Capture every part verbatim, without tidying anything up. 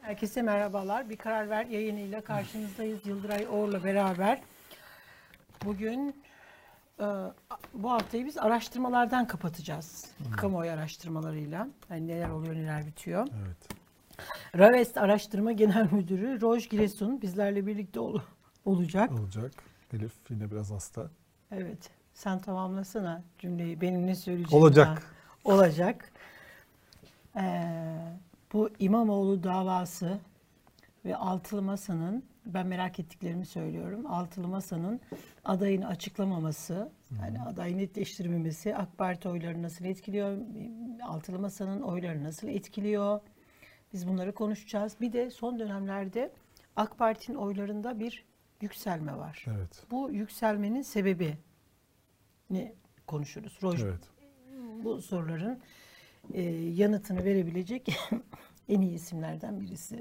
Herkese merhabalar. Bir Karar Ver yayınıyla karşınızdayız. Yıldıray Oğur'la beraber. Bugün e, bu haftayı biz araştırmalardan kapatacağız. Hmm. Kamuoyu araştırmalarıyla. Yani neler oluyor, neler bitiyor. Evet. Ravest Araştırma Genel Müdürü Roj Giresun bizlerle birlikte ol olacak. Olacak. Elif yine biraz hasta. Evet. Sen tamamlasana cümleyi. Benim ne söyleyeceğim? Olacak. Olacak. Ee, bu İmamoğlu davası ve Altılı Masa'nın, ben merak ettiklerimi söylüyorum. Altılı Masa'nın adayını açıklamaması, yani adayı netleştirmemesi AK Parti oylarını nasıl etkiliyor? Altılı Masa'nın oylarını nasıl etkiliyor? Biz bunları konuşacağız. Bir de son dönemlerde AK Parti'nin oylarında bir yükselme var. Evet. Bu yükselmenin sebebini konuşuruz. Roj, evet. bu soruların e, yanıtını verebilecek en iyi isimlerden birisi.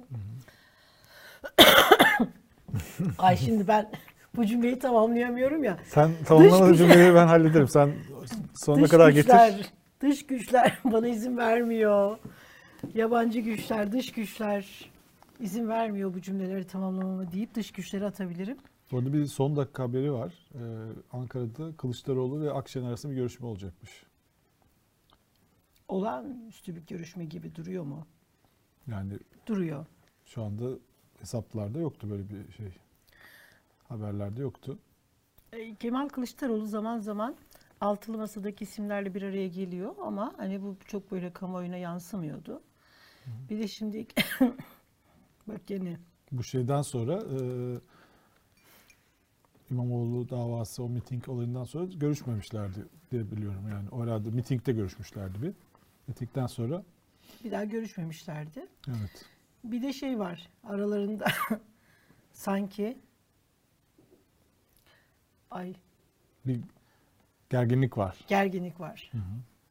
Ay şimdi ben bu cümleyi tamamlayamıyorum ya. Sen tamamlamadığın güçler, cümleyi ben hallederim. Sen sonuna kadar güçler, getir. Dış güçler bana izin vermiyor. Yabancı güçler, dış güçler izin vermiyor bu cümleleri tamamlamama deyip dış güçleri atabilirim. Orada bir son dakika haberi var. Ee, Ankara'da Kılıçdaroğlu ve Akşener arasında bir görüşme olacakmış. Olağanüstü bir görüşme gibi duruyor mu? Yani Duruyor. şu anda hesaplarda yoktu böyle bir şey. Haberlerde yoktu. E, Kemal Kılıçdaroğlu zaman zaman Altılı Masa'daki isimlerle bir araya geliyor ama hani bu çok böyle kamuoyuna yansımıyordu. Hı. Bir de şimdi bak gene. Bu şeyden sonra e, İmamoğlu davası, o miting olayından sonra görüşmemişlerdi diye biliyorum. Yani o herhalde mitingde görüşmüşlerdi bir. Mitingden sonra Bir daha görüşmemişlerdi. evet. Bir de şey var aralarında sanki ay Bir gerginlik var. Gerginlik var. Hı hı.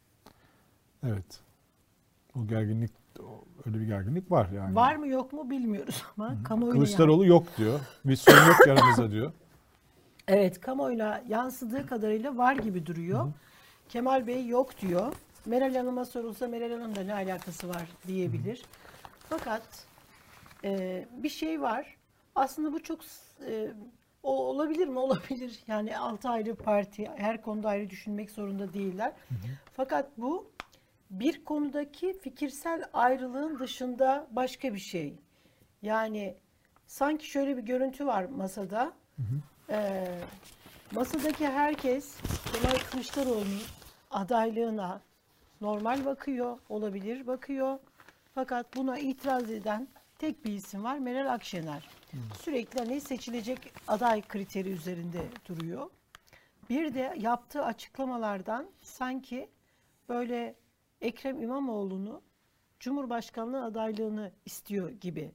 Evet. O gerginlik, öyle bir gerginlik var yani. Var mı yok mu bilmiyoruz ama kamuoyuna Kılıçdaroğlu yani. yok diyor. Bir sorun yok aramızda diyor. Evet, kamuoyuna yansıdığı kadarıyla var gibi duruyor. Hı hı. Kemal Bey yok diyor. Meral Hanım'a sorulsa Meral Hanım da ne alakası var diyebilir. Hı hı. Fakat e, bir şey var. Aslında bu çok e, o olabilir mi? Olabilir. Yani altı ayrı parti her konuda ayrı düşünmek zorunda değiller. Hı hı. Fakat bu bir konudaki fikirsel ayrılığın dışında başka bir şey. Yani sanki şöyle bir görüntü var masada. Hı hı. Ee, masadaki herkes Kemal Kılıçdaroğlu'nun adaylığına normal bakıyor, olabilir bakıyor. Fakat buna itiraz eden tek bir isim var, Meral Akşener. Hı. Sürekli hani seçilecek aday kriteri üzerinde duruyor. Bir de yaptığı açıklamalardan sanki böyle Ekrem İmamoğlu'nu Cumhurbaşkanlığı adaylığını istiyor gibi.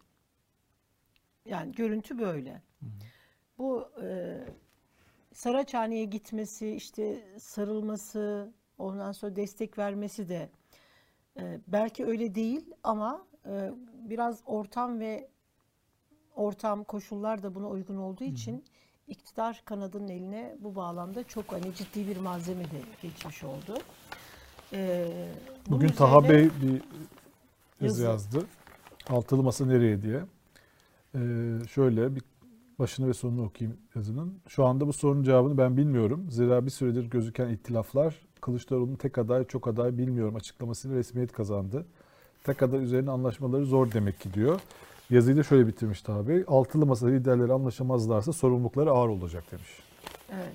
Yani görüntü böyle. Hı hı. Bu e, Saraçhane'ye gitmesi, işte sarılması, ondan sonra destek vermesi de e, belki öyle değil ama e, biraz ortam ve ortam koşullar da buna uygun olduğu için hı hı. iktidar kanadının eline bu bağlamda çok hani ciddi bir malzeme de geçmiş oldu. Ee, Bugün Taha Bey bir yazı, yazı yazdı. Altılı Masa nereye diye. Ee, şöyle bir başını ve sonunu okuyayım yazının. Şu anda bu sorunun cevabını ben bilmiyorum. Zira bir süredir gözüken ihtilaflar Kılıçdaroğlu'nun tek aday çok aday bilmiyorum açıklamasıyla resmiyet kazandı. Tek aday üzerine anlaşmaları zor demek ki diyor. Yazıyı da şöyle bitirmiş Taha Bey. Altılı Masa liderleri anlaşamazlarsa sorumlulukları ağır olacak demiş. Evet.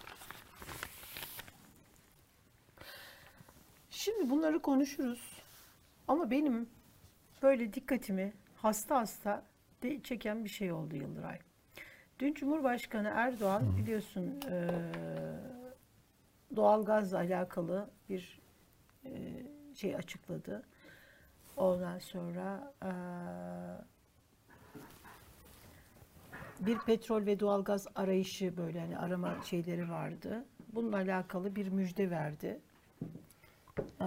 Şimdi bunları konuşuruz ama benim böyle dikkatimi hasta hasta de çeken bir şey oldu Yıldıray. Dün Cumhurbaşkanı Erdoğan Hı. biliyorsun e, doğalgazla alakalı bir e, şey açıkladı. Ondan sonra e, bir petrol ve doğalgaz arayışı böyle hani arama şeyleri vardı. Bununla alakalı bir müjde verdi. Ee,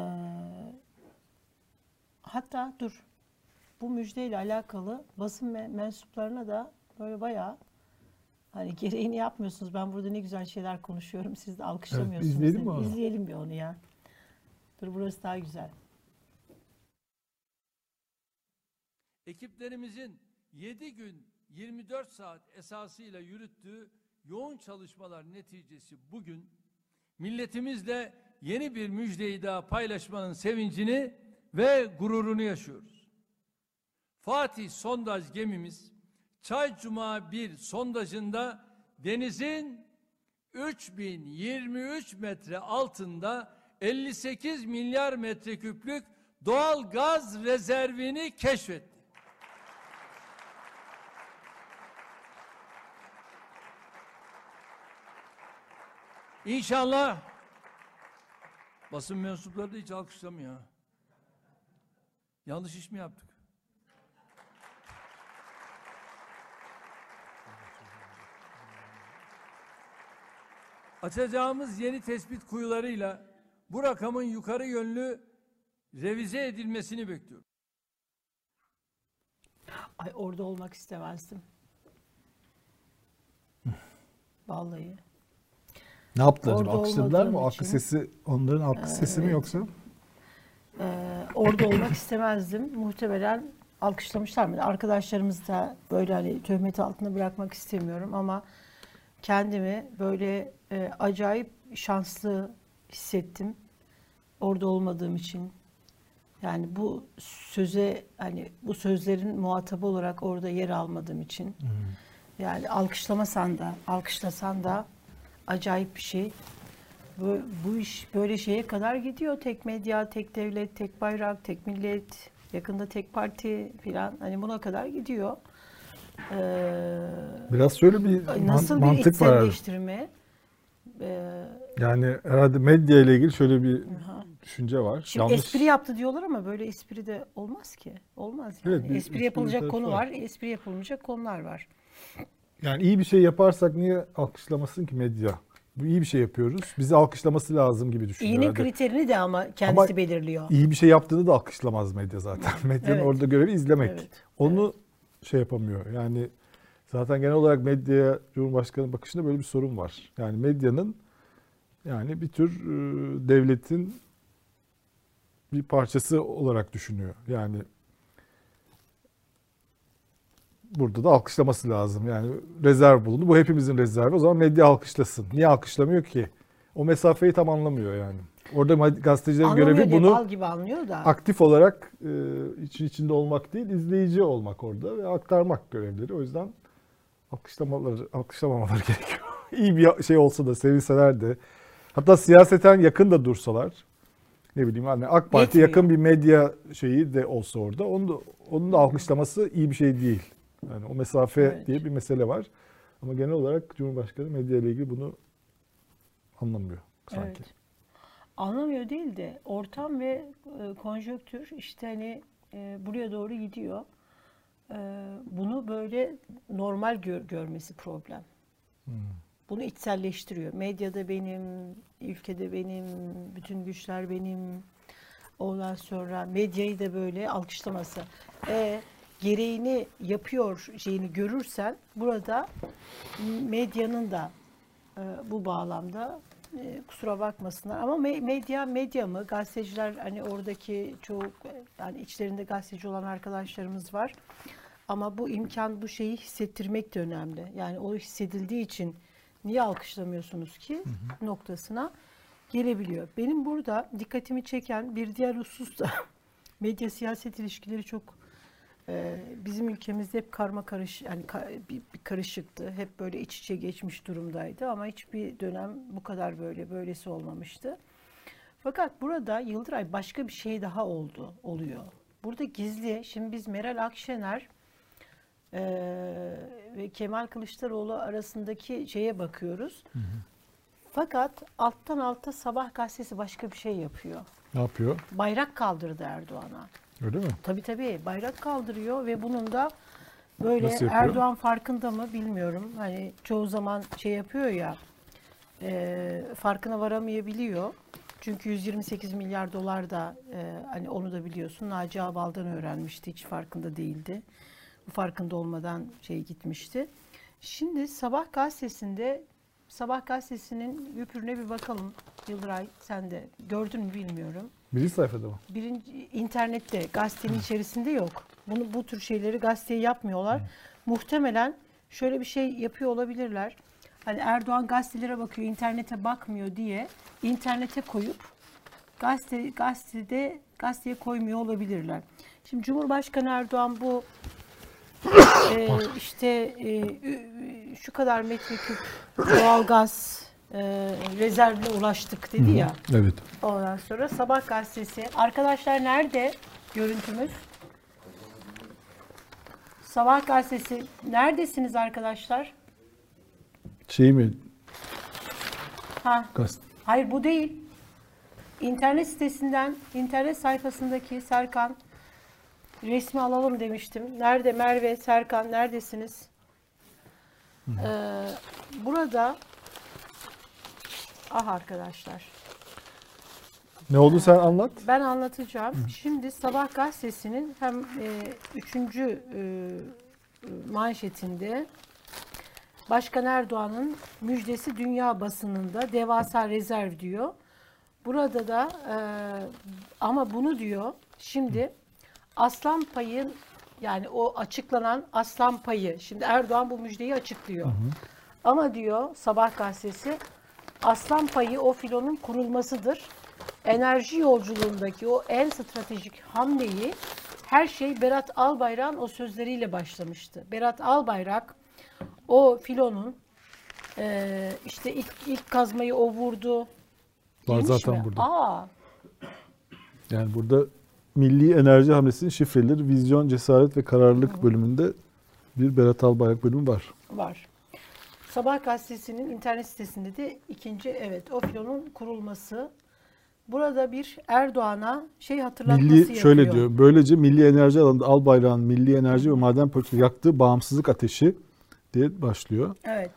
hatta dur bu müjdeyle alakalı basın mensuplarına da böyle bayağı hani gereğini yapmıyorsunuz. Ben burada ne güzel şeyler konuşuyorum. Siz de alkışlamıyorsunuz. Evet, izleyelim mi onu? İzleyelim bir onu ya. Dur burası daha güzel. ekiplerimizin yedi gün yirmi dört saat esasıyla yürüttüğü yoğun çalışmalar neticesi bugün milletimizle yeni bir müjdeyi daha paylaşmanın sevincini ve gururunu yaşıyoruz. Fatih sondaj gemimiz Çaycuma bir sondajında denizin üç bin yirmi üç metre altında elli sekiz milyar metreküplük doğal gaz rezervini keşfetti. İnşallah basın mensupları da hiç alkışlamıyor. Yanlış iş mi yaptık? Açacağımız yeni tespit kuyularıyla bu rakamın yukarı yönlü revize edilmesini bekliyorum. Ay orada olmak istemezdim. Vallahi. Ne yaptılar acaba? Orada Alkışladılar mı? O olmadığım alkış için- sesi, onların alkış sesi mi Evet. yoksa? Ee, orada olmak istemezdim. Muhtemelen alkışlamışlar mı? Arkadaşlarımızı da böyle hani töhmet altında bırakmak istemiyorum ama kendimi böyle e, acayip şanslı hissettim. Orada olmadığım için. Yani bu söze hani bu sözlerin muhatabı olarak orada yer almadığım için. Yani alkışlamasan da, alkışlasan da acayip bir şey. Bu, bu iş böyle şeye kadar gidiyor. Tek medya, tek devlet, tek bayrak, tek millet, yakında tek parti filan. Hani buna kadar gidiyor. Ee, Biraz şöyle bir man- nasıl bir mantık var. içselleştirme? Ee, Yani herhalde medya ile ilgili şöyle bir aha. düşünce var. Şimdi Yanlış. espri yaptı diyorlar ama böyle espri de olmaz ki. Olmaz yani. Evet, bir espri espri yapılacak tarafı konu var. var, espri yapılmayacak konular var. Yani iyi bir şey yaparsak niye alkışlamasın ki medya? Bu iyi bir şey yapıyoruz. Bizi alkışlaması lazım gibi düşünüyor. İyinin herhalde. kriterini de ama kendisi Ama belirliyor. İyi bir şey yaptığını da alkışlamaz medya zaten. Medyanın Evet. orada görevi izlemek. Evet, Onu şey yapamıyor. Yani zaten genel olarak medyaya Cumhurbaşkanı bakışında böyle bir sorun var. Yani medyanın yani bir tür e, devletin bir parçası olarak düşünüyor. Yani burada da alkışlaması lazım. Yani rezerv bulundu. Bu hepimizin rezervi. O zaman medya alkışlasın. Niye alkışlamıyor ki? O mesafeyi tam anlamıyor yani. Orada gazetecilerin Anlamıyor görevi diye bunu bal gibi anlıyor da. aktif olarak e, için içinde olmak değil, izleyici olmak orada ve aktarmak görevleri. O yüzden alkışlamaları, alkışlamamaları gerekiyor. İyi bir şey olsa da, sevilseler de, hatta siyaseten yakın da dursalar, ne bileyim hani AK Parti Yetmiyor. yakın bir medya şeyi de olsa orada, onu da, onun da alkışlaması iyi bir şey değil. Yani o mesafe Evet. diye bir mesele var. Ama genel olarak Cumhurbaşkanı medya ile ilgili bunu anlamıyor sanki. Evet. Anlamıyor değil de ortam ve e, konjonktür işte hani e, buraya doğru gidiyor. E, bunu böyle normal gör, görmesi problem. Hmm. Bunu içselleştiriyor. Medyada benim, ülkede benim, bütün güçler benim. Ondan sonra medyayı da böyle alkışlaması. E, gereğini yapıyor şeyini görürsen burada medyanın da e, bu bağlamda e, kusura bakmasınlar ama me- medya medya mı gazeteciler hani oradaki çoğu yani içlerinde gazeteci olan arkadaşlarımız var ama bu imkan bu şeyi hissettirmek de önemli yani o hissedildiği için niye alkışlamıyorsunuz ki noktasına gelebiliyor. Benim burada dikkatimi çeken bir diğer husus da medya siyaset ilişkileri çok e, bizim ülkemizde hep karma karış yani ka- bir, bir karışıktı. Hep böyle iç içe geçmiş durumdaydı ama hiçbir dönem bu kadar böyle böylesi olmamıştı. Fakat burada Yıldıray başka bir şey daha oldu, oluyor. Burada gizli, şimdi biz Meral Akşener e, ve Kemal Kılıçdaroğlu arasındaki şeye bakıyoruz. Hı hı. Fakat alttan alta Sabah gazetesi başka bir şey yapıyor. Ne yapıyor? Bayrak kaldırdı Erdoğan'a. Öyle mi? Tabii tabii bayrak kaldırıyor ve bunun da böyle Nasıl yapıyor? Erdoğan farkında mı bilmiyorum. Hani çoğu zaman şey yapıyor ya e, farkına varamayabiliyor. Çünkü yüz yirmi sekiz milyar dolar da e, hani onu da biliyorsun Naci Ağbal'dan öğrenmişti. Hiç farkında değildi. Bu farkında olmadan şey gitmişti. Şimdi Sabah gazetesinde Sabah gazetesinin yüpürüne bir bakalım. Yıldıray sen de gördün mü bilmiyorum. Birinci sayfada mı? Birinci internette gazetenin içerisinde yok. Bunu bu tür şeyleri gazeteye yapmıyorlar. Hı. Muhtemelen şöyle bir şey yapıyor olabilirler. Hani Erdoğan gazetelere bakıyor, internete bakmıyor diye internete koyup gazete gazetede gazeteye koymuyor olabilirler. Şimdi Cumhurbaşkanı Erdoğan bu e, işte e, şu kadar metreküp doğalgaz e, rezervine ulaştık dedi ya. Evet. Ondan sonra Sabah gazetesi. Arkadaşlar nerede görüntümüz? Sabah gazetesi. Neredesiniz arkadaşlar? Şey mi? Ha. Gazete. Hayır bu değil. İnternet sitesinden, internet sayfasındaki Serkan resmi alalım demiştim. Nerede Merve, Serkan neredesiniz? Ee, burada ah arkadaşlar. Ne oldu sen anlat. Ben anlatacağım. Hı. Şimdi Sabah gazetesinin hem e, üçüncü e, manşetinde Başkan Erdoğan'ın müjdesi dünya basınında devasa rezerv diyor. Burada da e, ama bunu diyor şimdi aslan payı yani o açıklanan aslan payı. Şimdi Erdoğan bu müjdeyi açıklıyor. Hı hı. Ama diyor Sabah gazetesi aslan payı o filonun kurulmasıdır. Enerji yolculuğundaki o en stratejik hamleyi her şey Berat Albayrak'ın o sözleriyle başlamıştı. Berat Albayrak o filonun e, işte ilk, ilk kazmayı o vurdu. Var Demiş zaten mi? burada. Aa. Yani burada Milli Enerji Hamlesi'nin şifreleri, vizyon, cesaret ve kararlılık Hı-hı. bölümünde bir Berat Albayrak bölümü var. Var. Sabah gazetesinin internet sitesinde de ikinci evet o filonun kurulması. Burada bir Erdoğan'a şey hatırlatması milli, yapıyor. Şöyle diyor. Böylece milli enerji alanında Albayrak'ın milli enerji ve maden politikası yaktığı bağımsızlık ateşi diye başlıyor. Evet.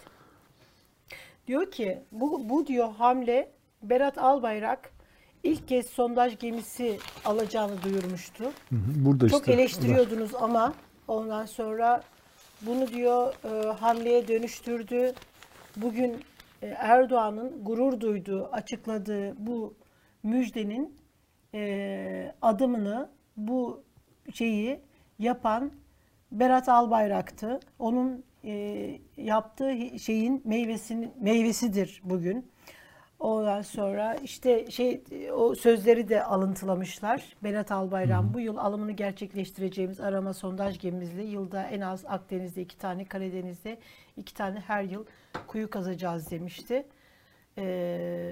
Diyor ki bu, bu diyor hamle Berat Albayrak ilk kez sondaj gemisi alacağını duyurmuştu. Hı hı, burada Çok işte, eleştiriyordunuz var. Ama ondan sonra bunu diyor e, hamleye dönüştürdü. Bugün e, Erdoğan'ın gurur duyduğu, açıkladığı bu müjdenin e, adımını, bu şeyi yapan Berat Albayrak'tı. Onun e, yaptığı şeyin meyvesinin meyvesidir bugün. Ondan sonra işte şey o sözleri de alıntılamışlar. Berat Albayrak bu yıl alımını gerçekleştireceğimiz arama sondaj gemimizle yılda en az Akdeniz'de iki tane, Karadeniz'de iki tane her yıl kuyu kazacağız demişti. Ee,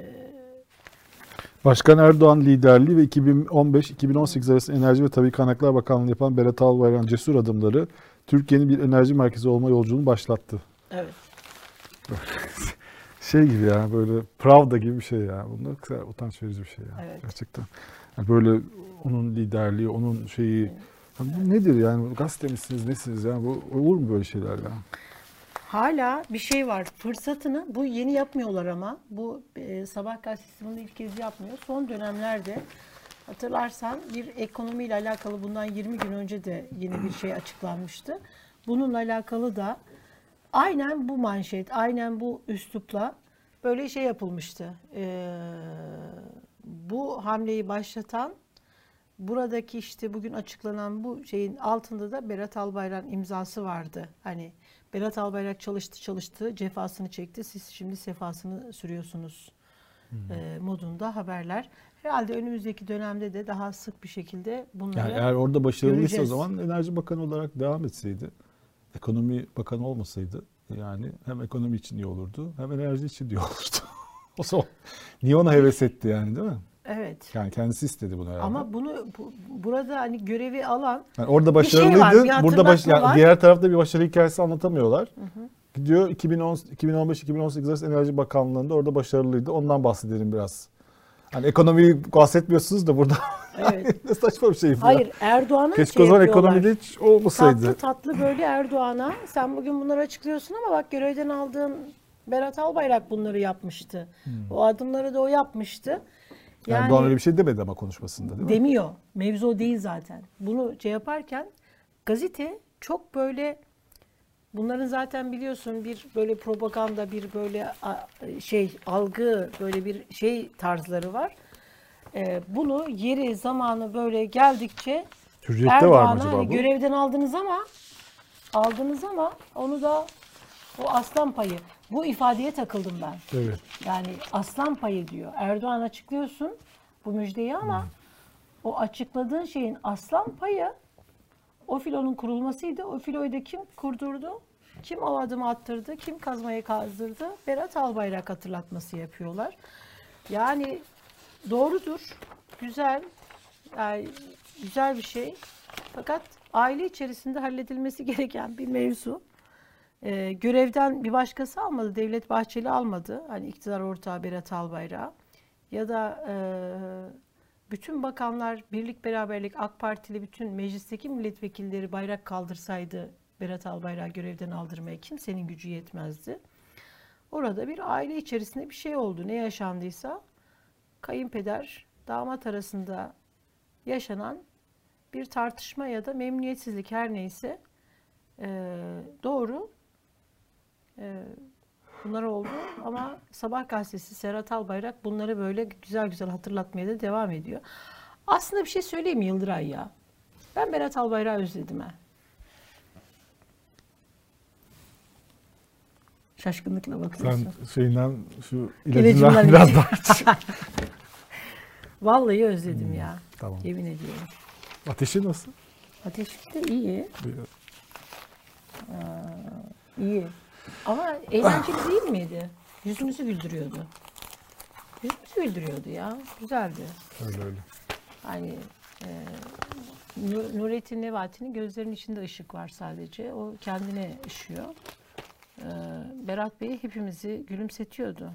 Başkan Erdoğan liderliği ve iki bin on beş iki bin on sekiz arasında Enerji ve Tabii Kaynaklar Bakanlığı yapan Berat Albayrak'ın cesur adımları Türkiye'nin bir enerji merkezi olma yolculuğunu başlattı. Evet. Şey gibi ya böyle Pravda gibi bir şey ya. Bunlar kadar utanç verici bir şey ya. Evet. Gerçekten. Yani böyle onun liderliği, onun şeyi. Evet. Yani bu nedir yani? Gazete misiniz, nesiniz ya? Bu olur mu böyle şeyler ya? Hala bir şey var. Fırsatını bu yeni yapmıyorlar ama. Bu e, Sabah gazetesi bunu ilk kez yapmıyor. Son dönemlerde hatırlarsan bir ekonomiyle alakalı bundan yirmi gün önce de yeni bir şey açıklanmıştı. Bununla alakalı da aynen bu manşet, aynen bu üslupla böyle şey yapılmıştı. Ee, bu hamleyi başlatan, buradaki işte bugün açıklanan bu şeyin altında da Berat Albayrak'ın imzası vardı. Hani Berat Albayrak çalıştı çalıştı, cefasını çekti, siz şimdi sefasını sürüyorsunuz hmm. e, modunda haberler. Herhalde önümüzdeki dönemde de daha sık bir şekilde bunları yani eğer orada başarılıysa göreceğiz. O zaman Enerji Bakanı olarak devam etseydi, Ekonomi Bakanı olmasaydı yani hem ekonomi için iyi olurdu hem enerji için iyi olurdu. O zaman niye ona heves etti yani değil mi? Evet. Yani kendisi istedi bunu herhalde. Ama bunu bu, burada hani görevi alan yani orada başarılıydı. Bir şey var, bir burada baş, yani var. diğer tarafta bir başarı hikayesi anlatamıyorlar. Hı hı. Gidiyor iki bin on iki bin on beş iki bin on sekiz arası Enerji Bakanlığı'nda orada başarılıydı. Ondan bahsedelim biraz. Hani ekonomiyi bahsetmiyorsunuz da burada. Evet. Ne saçma bir şey bu. Hayır, Erdoğan'ın keşke o zaman ekonomide hiç olmasaydı. Tatlı tatlı böyle Erdoğan'a sen bugün bunları açıklıyorsun ama bak görevden aldığın Berat Albayrak bunları yapmıştı. Hmm. O adımları da o yapmıştı. Yani, Erdoğan öyle bir şey demedi ama konuşmasında değil mi? Demiyor. Mevzu o değil zaten. Bunu şey yaparken gazete çok böyle bunların zaten biliyorsun bir böyle propaganda, bir böyle şey algı, böyle bir şey tarzları var. Bunu yeri zamanı böyle geldikçe Hürriyette var mı Erdoğan'ı acaba hani bu? görevden aldınız ama aldınız ama onu da o aslan payı. Bu ifadeye takıldım ben. Evet. Yani aslan payı diyor. Erdoğan açıklıyorsun bu müjdeyi ama Hmm. o açıkladığın şeyin aslan payı o filonun kurulmasıydı. O filoyu da kim kurdurdu? Kim o adımı attırdı? Kim kazmayı kazdırdı? Berat Albayrak hatırlatması yapıyorlar. Yani doğrudur. Güzel. Yani güzel bir şey. Fakat aile içerisinde halledilmesi gereken bir mevzu. Ee, görevden bir başkası almadı. Devlet Bahçeli almadı. Hani iktidar ortağı Berat Albayrak. Ya da e, bütün bakanlar birlik beraberlik AK Partili bütün meclisteki milletvekilleri bayrak kaldırsaydı Berat Albayrak görevden aldırmaya kimsenin gücü yetmezdi. Orada bir aile içerisinde bir şey oldu. Ne yaşandıysa kayınpeder damat arasında yaşanan bir tartışma ya da memnuniyetsizlik her neyse e, doğru e, bunlar oldu ama Sabah gazetesi Serhat Albayrak bunları böyle güzel güzel hatırlatmaya da devam ediyor. Aslında bir şey söyleyeyim mi Yıldıray ya? Ben Berat Albayrak'ı özledim ha. Şaşkınlıkla bakıyorsun. Sen şeyinden şu İlacımdan ilacından biraz daha Vallahi özledim ya. Tamam. Yemin ediyorum. Ateşi nasıl? Ateşi de iyi. Aa, iyi. Ama eğlenceli değil miydi? Yüzümüzü güldürüyordu. Yüzümüzü güldürüyordu ya. Güzeldi. Öyle öyle. Hani e, Nur- Nurettin Nebati'nin gözlerinin içinde ışık var sadece. O kendine ışıyor. E, Berat Bey hepimizi gülümsetiyordu.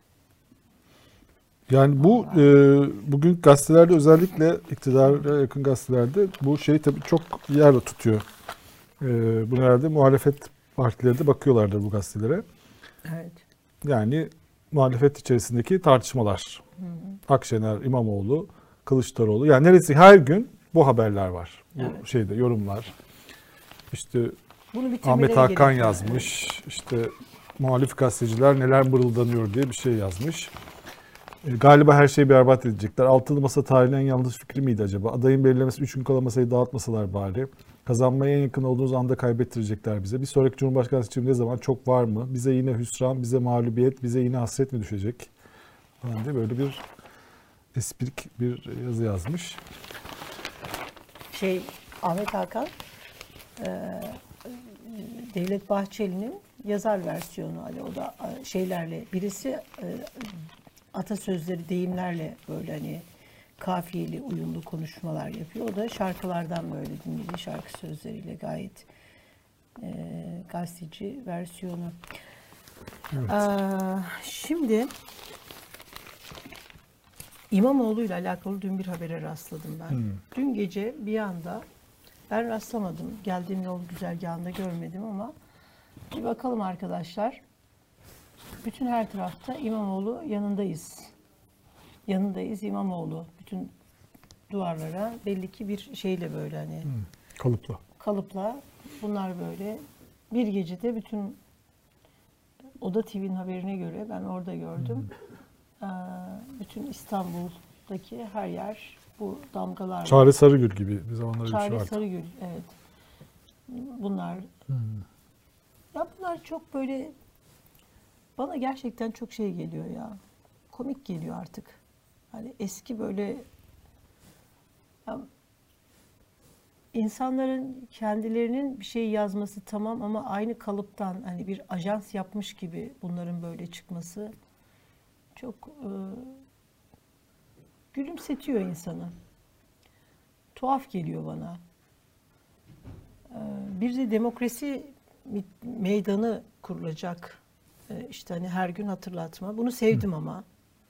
Yani bu e, bugün gazetelerde özellikle iktidara yakın gazetelerde bu şey tabii çok yer tutuyor. E, bu herhalde muhalefet partileri de bakıyorlardır bu gazetelere. Evet. Yani muhalefet içerisindeki tartışmalar. Hı hı. Akşener, İmamoğlu, Kılıçdaroğlu. Yani neresi her gün bu haberler var. Bu Evet. şeyde yorumlar. İşte Bunu bitirmeleri Ahmet Hakan gerekiyor. yazmış. İşte muhalif gazeteciler neler mırıldanıyor diye bir şey yazmış. E, galiba her şeyi berbat edecekler. Altılı masa tarihinin en yanlış fikri miydi acaba? Adayın belirlemesi üç gün kala masayı dağıtmasalar bari. Kazanmaya en yakın olduğunuz anda kaybettirecekler bize. Bir sonraki Cumhurbaşkanı seçimi ne zaman çok var mı? Bize yine hüsran, bize mağlubiyet, bize yine hasret mi düşecek? Falan diye böyle bir esprik bir yazı yazmış. Şey Ahmet Hakan e, Devlet Bahçeli'nin yazar versiyonu hani o da e, şeylerle birisi e, atasözleri deyimlerle böyle hani kafiyeli uyumlu konuşmalar yapıyor. O da şarkılardan böyle dinlediği şarkı sözleriyle gayet e, gazeteci versiyonu. Evet. Ee, şimdi İmamoğlu ile alakalı dün bir habere rastladım ben. Hmm. Dün gece bir anda ben rastlamadım. Geldiğim yol güzergahında görmedim ama bir bakalım arkadaşlar. Bütün her tarafta İmamoğlu yanındayız. Yanındayız İmamoğlu. Bütün duvarlara belli ki bir şeyle böyle hani Hmm. Kalıpla. kalıpla bunlar böyle bir gecede bütün Oda T V'nin haberine göre ben orada gördüm. Ee, bütün İstanbul'daki her yer bu damgalarla. Çare Sarıgül gibi bir zamanlar bir şey Çare vardı. Sarıgül, evet. Bunlar, Hmm. ya bunlar çok böyle, bana gerçekten çok şey geliyor ya. Komik geliyor artık. Hani eski böyle, ya, insanların kendilerinin bir şey yazması tamam ama aynı kalıptan hani bir ajans yapmış gibi bunların böyle çıkması çok e, gülümsetiyor insanı. Tuhaf geliyor bana. E, bir de demokrasi meydanı kurulacak. E, işte hani her gün hatırlatma. Bunu sevdim ama.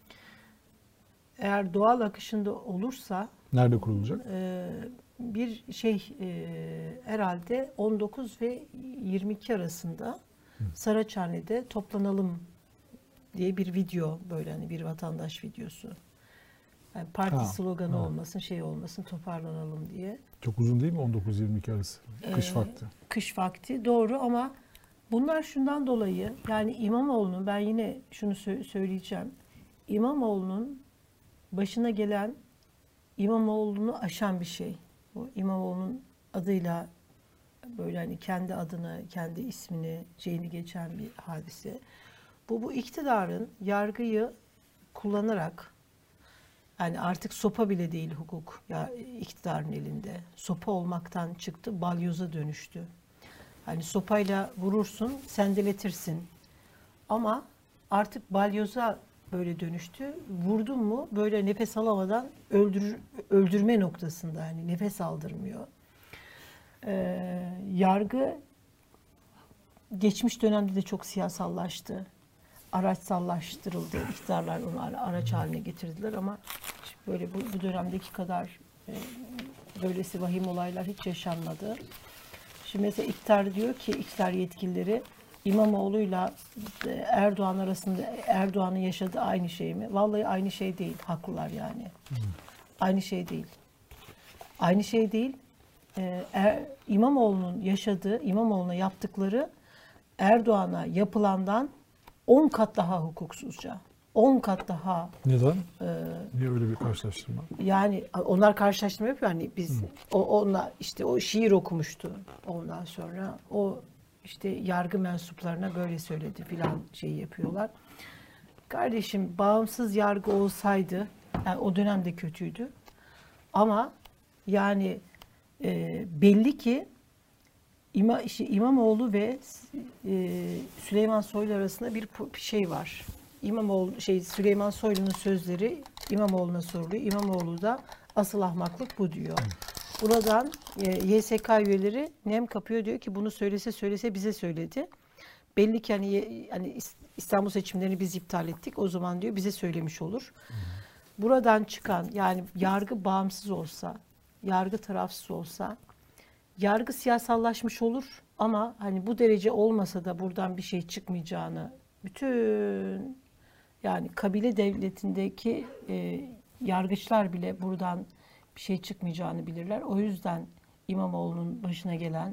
Eğer doğal akışında olursa Nerede kurulacak? e, bir şey e, herhalde on dokuz ve yirmi iki arasında Saraçhane'de toplanalım diye bir video, böyle hani bir vatandaş videosu. Yani parti Ha, sloganı ha. olmasın, şey olmasın, toparlanalım diye. Çok uzun değil mi on dokuz yirmi iki arası? Kış Ee, vakti. Kış vakti doğru ama bunlar şundan dolayı, yani İmamoğlu'nun, ben yine şunu sö- söyleyeceğim. İmamoğlu'nun başına gelen İmamoğlu'nu aşan bir şey. Bu İmamoğlu'nun adıyla böyle hani kendi adını, kendi ismini, şeyini geçen bir hadise. Bu, bu iktidarın yargıyı kullanarak, yani artık sopa bile değil hukuk ya iktidarın elinde. Sopa olmaktan çıktı, balyoza dönüştü. Hani sopayla vurursun, sendeletirsin. Ama artık balyoza böyle dönüştü. Vurdun mu böyle nefes alamadan öldür, öldürme noktasında, yani nefes aldırmıyor. Ee, yargı geçmiş dönemde de çok siyasallaştı. Araçsallaştırıldı. İktidarlar onu araç haline getirdiler ama böyle bu, bu dönemdeki kadar e, böylesi vahim olaylar hiç yaşanmadı. Şimdi mesela iktidar diyor ki, iktidar yetkilileri İmamoğlu'yla Erdoğan arasında Erdoğan'ın yaşadığı aynı şey mi? Vallahi aynı şey değil. Haklılar yani. Hmm. Aynı şey değil. Aynı şey değil. Ee, er, İmamoğlu'nun yaşadığı, İmamoğlu'na yaptıkları Erdoğan'a yapılandan on kat daha hukuksuzca. on kat daha. Neden? E, Niye öyle bir karşılaştırma? Yani onlar karşılaştırma yapıyor. Hani biz, hmm. o onunla işte o şiir okumuştu. Ondan sonra o işte yargı mensuplarına böyle söyledi filan şeyi yapıyorlar. Kardeşim, bağımsız yargı olsaydı, yani o dönemde kötüydü. Ama yani e, belli ki İma, işte İmamoğlu ve e, Süleyman Soylu arasında bir şey var. İmamoğlu şey Süleyman Soylu'nun sözleri İmamoğlu'na soruluyor. İmamoğlu da asıl ahmaklık bu diyor. Buradan e, Y S K üyeleri nem kapıyor, diyor ki bunu söylese söylese bize söyledi. Belli ki hani, hani İstanbul seçimlerini biz iptal ettik. O zaman diyor bize söylemiş olur. Buradan çıkan, yani yargı bağımsız olsa, yargı tarafsız olsa, yargı siyasallaşmış olur ama hani bu derece olmasa da buradan bir şey çıkmayacağını, bütün yani kabile devletindeki e, yargıçlar bile buradan bir şey çıkmayacağını bilirler. O yüzden İmamoğlu'nun başına gelen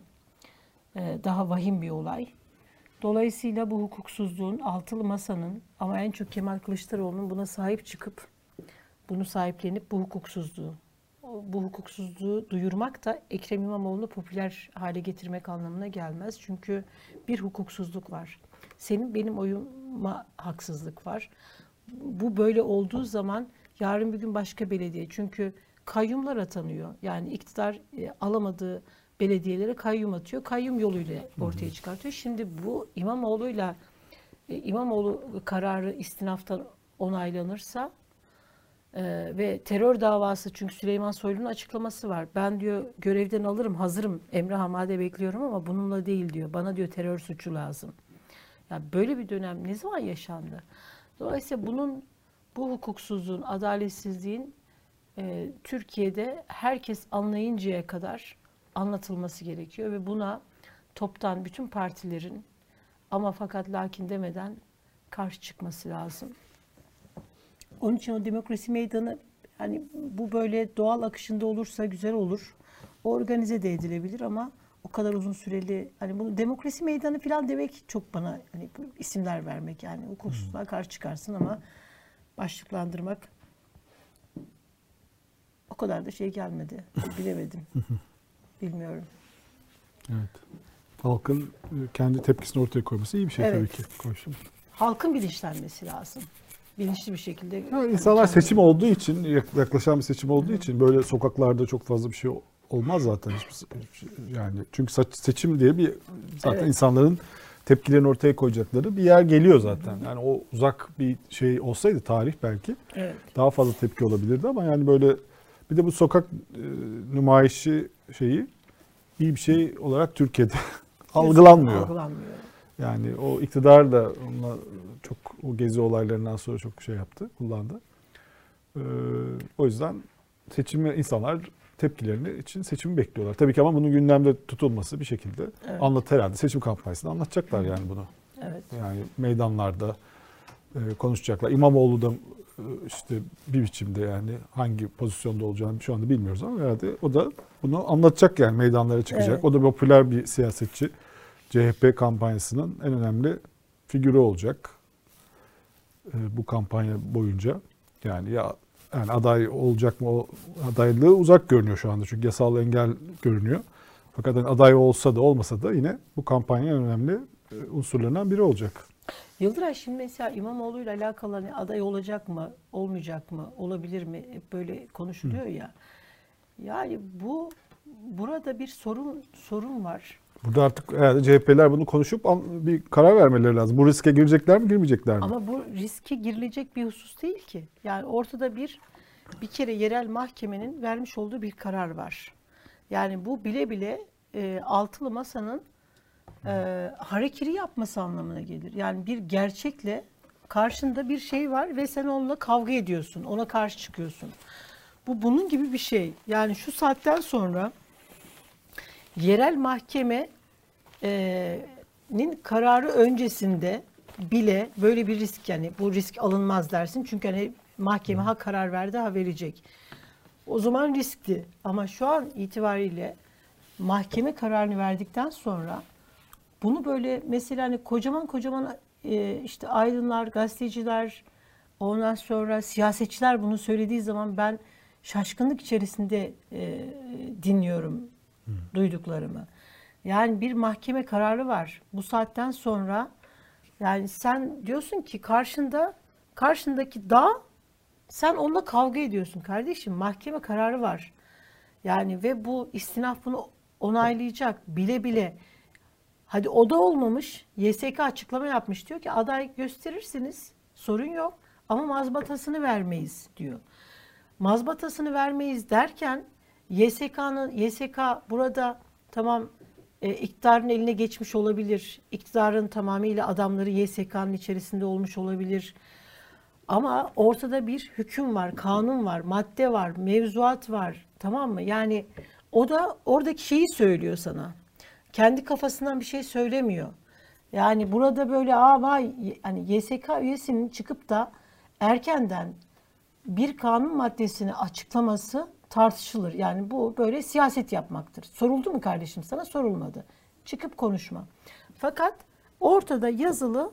e, daha vahim bir olay. Dolayısıyla bu hukuksuzluğun, altılı masanın ama en çok Kemal Kılıçdaroğlu'nun buna sahip çıkıp, bunu sahiplenip bu hukuksuzluğu, bu hukuksuzluğu duyurmak da Ekrem İmamoğlu'nu popüler hale getirmek anlamına gelmez. Çünkü bir hukuksuzluk var. Senin benim oyuma haksızlık var. Bu böyle olduğu zaman yarın bir gün başka belediye, çünkü kayyumlar atanıyor. Yani iktidar e, alamadığı belediyelere kayyum atıyor. Kayyum yoluyla ortaya çıkartıyor. Şimdi bu İmamoğlu'yla e, İmamoğlu kararı istinaftan onaylanırsa e, ve terör davası, çünkü Süleyman Soylu'nun açıklaması var. Ben diyor görevden alırım, hazırım, emre hamade bekliyorum ama bununla değil diyor. Bana diyor terör suçu lazım. Ya böyle bir dönem ne zaman yaşandı? Dolayısıyla bunun, bu hukuksuzluğun, adaletsizliğin e, Türkiye'de herkes anlayıncaya kadar anlatılması gerekiyor ve buna toptan bütün partilerin ama fakat lakin demeden karşı çıkması lazım. Onun için o demokrasi meydanı, hani bu böyle doğal akışında olursa güzel olur. Organize de edilebilir ama o kadar uzun süreli, hani bunu demokrasi meydanı falan demek çok bana hani isimler vermek, yani hukuksuzluğa karşı çıkarsın ama başlıklandırmak o kadar da şey gelmedi. Bilemedim. Bilmiyorum. Evet. Halkın kendi tepkisini ortaya koyması iyi bir şey, evet, tabii ki. Koştum. Halkın bilinçlenmesi lazım. Bilinçli bir şekilde. Ya insanlar yani seçim olduğu için, yaklaşan bir seçim olduğu Hı. için böyle sokaklarda çok fazla bir şey olmaz zaten. Yani çünkü seçim diye bir zaten evet. insanların tepkilerini ortaya koyacakları bir yer geliyor zaten. Yani o uzak bir şey olsaydı tarih belki evet. daha fazla tepki olabilirdi ama yani böyle bir de bu sokak e, nümayişi şeyi iyi bir şey olarak Türkiye'de algılanmıyor. algılanmıyor. Yani o iktidar da onunla çok, o gezi olaylarından sonra çok şey yaptı, kullandı. Ee, o yüzden seçimi, insanlar tepkilerini için seçimi bekliyorlar. Tabii ki ama bunun gündemde tutulması bir şekilde evet. anlat herhalde. Seçim kampanyasında anlatacaklar yani bunu. Evet. Yani meydanlarda e, konuşacaklar. İmamoğlu da e, işte bir biçimde yani hangi pozisyonda olacağını şu anda bilmiyoruz ama herhalde o da bunu anlatacak, yani meydanlara çıkacak. Evet. O da popüler bir siyasetçi. C H P kampanyasının en önemli figürü olacak e, bu kampanya boyunca. Yani ya yani aday olacak mı? O adaylığı uzak görünüyor şu anda çünkü yasal engel görünüyor. Fakat hani aday olsa da olmasa da yine bu kampanyanın önemli unsurlarından biri olacak. Yıldıray, şimdi mesela İmamoğlu ile alakalı hani aday olacak mı, olmayacak mı, olabilir mi? Hep böyle konuşuluyor Hı. ya. Yani bu burada bir sorun sorun var. Burada artık herhalde C H P'ler bunu konuşup bir karar vermeleri lazım. Bu riske girecekler mi, girmeyecekler mi? Ama bu riske girilecek bir husus değil ki. Yani ortada bir bir kere yerel mahkemenin vermiş olduğu bir karar var. Yani bu bile bile e, altılı masanın e, harekiri yapması anlamına gelir. Yani bir gerçekle karşında bir şey var ve sen onunla kavga ediyorsun, ona karşı çıkıyorsun. Bu bunun gibi bir şey. Yani şu saatten sonra yerel mahkemenin kararı öncesinde bile böyle bir risk, yani bu risk alınmaz dersin. Çünkü hani mahkeme ha karar verdi ha verecek. O zaman riskli. Ama şu an itibariyle mahkeme kararını verdikten sonra bunu böyle mesela hani kocaman kocaman e, işte aydınlar, gazeteciler, ondan sonra siyasetçiler bunu söylediği zaman ben şaşkınlık içerisinde e, dinliyorum hmm. duyduklarımı. Yani bir mahkeme kararı var. Bu saatten sonra yani sen diyorsun ki karşında karşındaki dağ, sen onunla kavga ediyorsun kardeşim. Mahkeme kararı var. Yani ve bu istinaf bunu onaylayacak bile bile. Hadi o da olmamış. Y S K açıklama yapmış. Diyor ki aday gösterirsiniz. Sorun yok. Ama mazbatasını vermeyiz diyor. Mazbatasını vermeyiz derken Y S K'nın Y S K burada tamam e, iktidarın eline geçmiş olabilir. İktidarın tamamıyla adamları Y S K'nın içerisinde olmuş olabilir. Ama ortada bir hüküm var, kanun var, madde var, mevzuat var. Tamam mı? Yani o da oradaki şeyi söylüyor sana. Kendi kafasından bir şey söylemiyor. Yani burada böyle aa vay hani Y S K üyesinin çıkıp da erkenden bir kanun maddesini açıklaması tartışılır. Yani bu böyle siyaset yapmaktır. Soruldu mu kardeşim sana? Sorulmadı. Çıkıp konuşma. Fakat ortada yazılı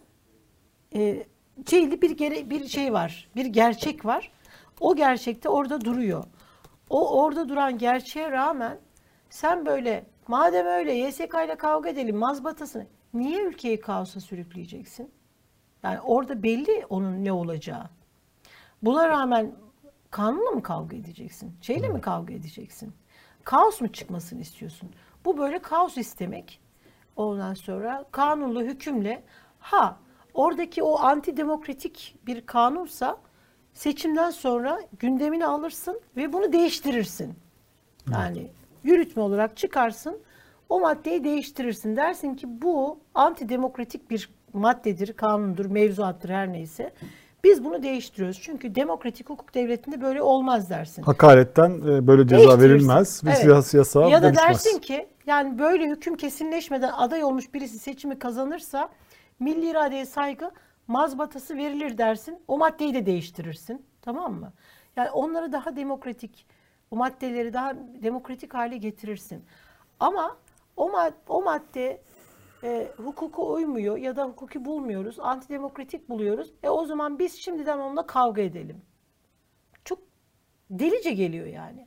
e, şeyli bir gere, bir şey var. Bir gerçek var. O gerçekte orada duruyor. O orada duran gerçeğe rağmen sen böyle madem öyle Y S K ile kavga edelim mazbatasını, niye ülkeyi kaosa sürükleyeceksin? Yani orada belli onun ne olacağı. Buna rağmen kanunla mı kavga edeceksin? Şeyle mi kavga edeceksin? Kaos mu çıkmasını istiyorsun? Bu böyle kaos istemek. Ondan sonra kanunla, hükümle, ha oradaki o antidemokratik bir kanunsa seçimden sonra gündemine alırsın ve bunu değiştirirsin. Yani yürütme olarak çıkarsın, o maddeyi değiştirirsin. Dersin ki bu antidemokratik bir maddedir, kanundur, mevzuattır her neyse. Biz bunu değiştiriyoruz. Çünkü demokratik hukuk devletinde böyle olmaz dersin. Hakaretten böyle ceza verilmez. Bir evet. yasağa ya da dönüşmez. dersin ki yani böyle hüküm kesinleşmeden aday olmuş birisi seçimi kazanırsa milli iradeye saygı mazbatası verilir dersin. O maddeyi de değiştirirsin. Tamam mı? Yani onları daha demokratik, o maddeleri daha demokratik hale getirirsin. Ama o, mad o madde e, hukuka uymuyor ya da hukuki bulmuyoruz, antidemokratik buluyoruz. E o zaman biz şimdiden onunla kavga edelim. Çok delice geliyor yani.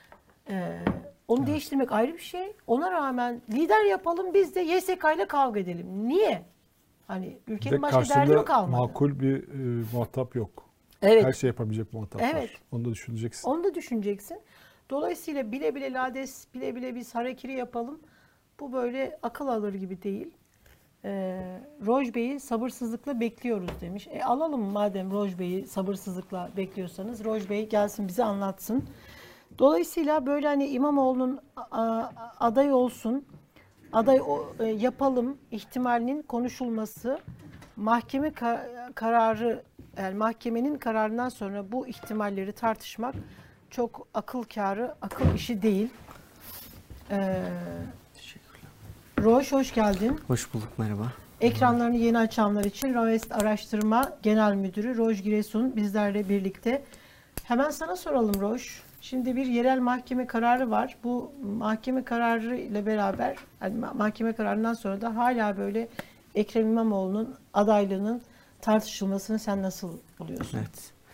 E, onu evet. değiştirmek ayrı bir şey. Ona rağmen lider yapalım, biz de Y S K ile kavga edelim. Niye? Hani ülkenin başka derdi mi kalmadı? Makul bir e, muhatap yok. Evet. Her şey yapabilecek muhatap evet. var. Onu da düşüneceksin. Onu da düşüneceksin. Dolayısıyla bile bile lades, bile bile biz harekiri yapalım. Bu böyle akıl alır gibi değil. Ee, Roj Bey'i sabırsızlıkla bekliyoruz demiş. E alalım madem Roj Bey'i sabırsızlıkla bekliyorsanız. Roj Bey gelsin bize anlatsın. Dolayısıyla böyle hani İmamoğlu'nun aday olsun, aday yapalım ihtimalinin konuşulması, mahkeme kararı, yani mahkemenin kararından sonra bu ihtimalleri tartışmak çok akıl kârı, akıl işi değil. Ee, Roj hoş geldin. Hoş bulduk, merhaba. Ekranlarını yeni açanlar için Ravest Araştırma Genel Müdürü Roj Giresun bizlerle birlikte. Hemen sana soralım Roj. Şimdi bir yerel mahkeme kararı var. Bu mahkeme kararı ile beraber, yani mahkeme kararından sonra da hala böyle Ekrem İmamoğlu'nun adaylığının tartışılmasını sen nasıl buluyorsun? Evet.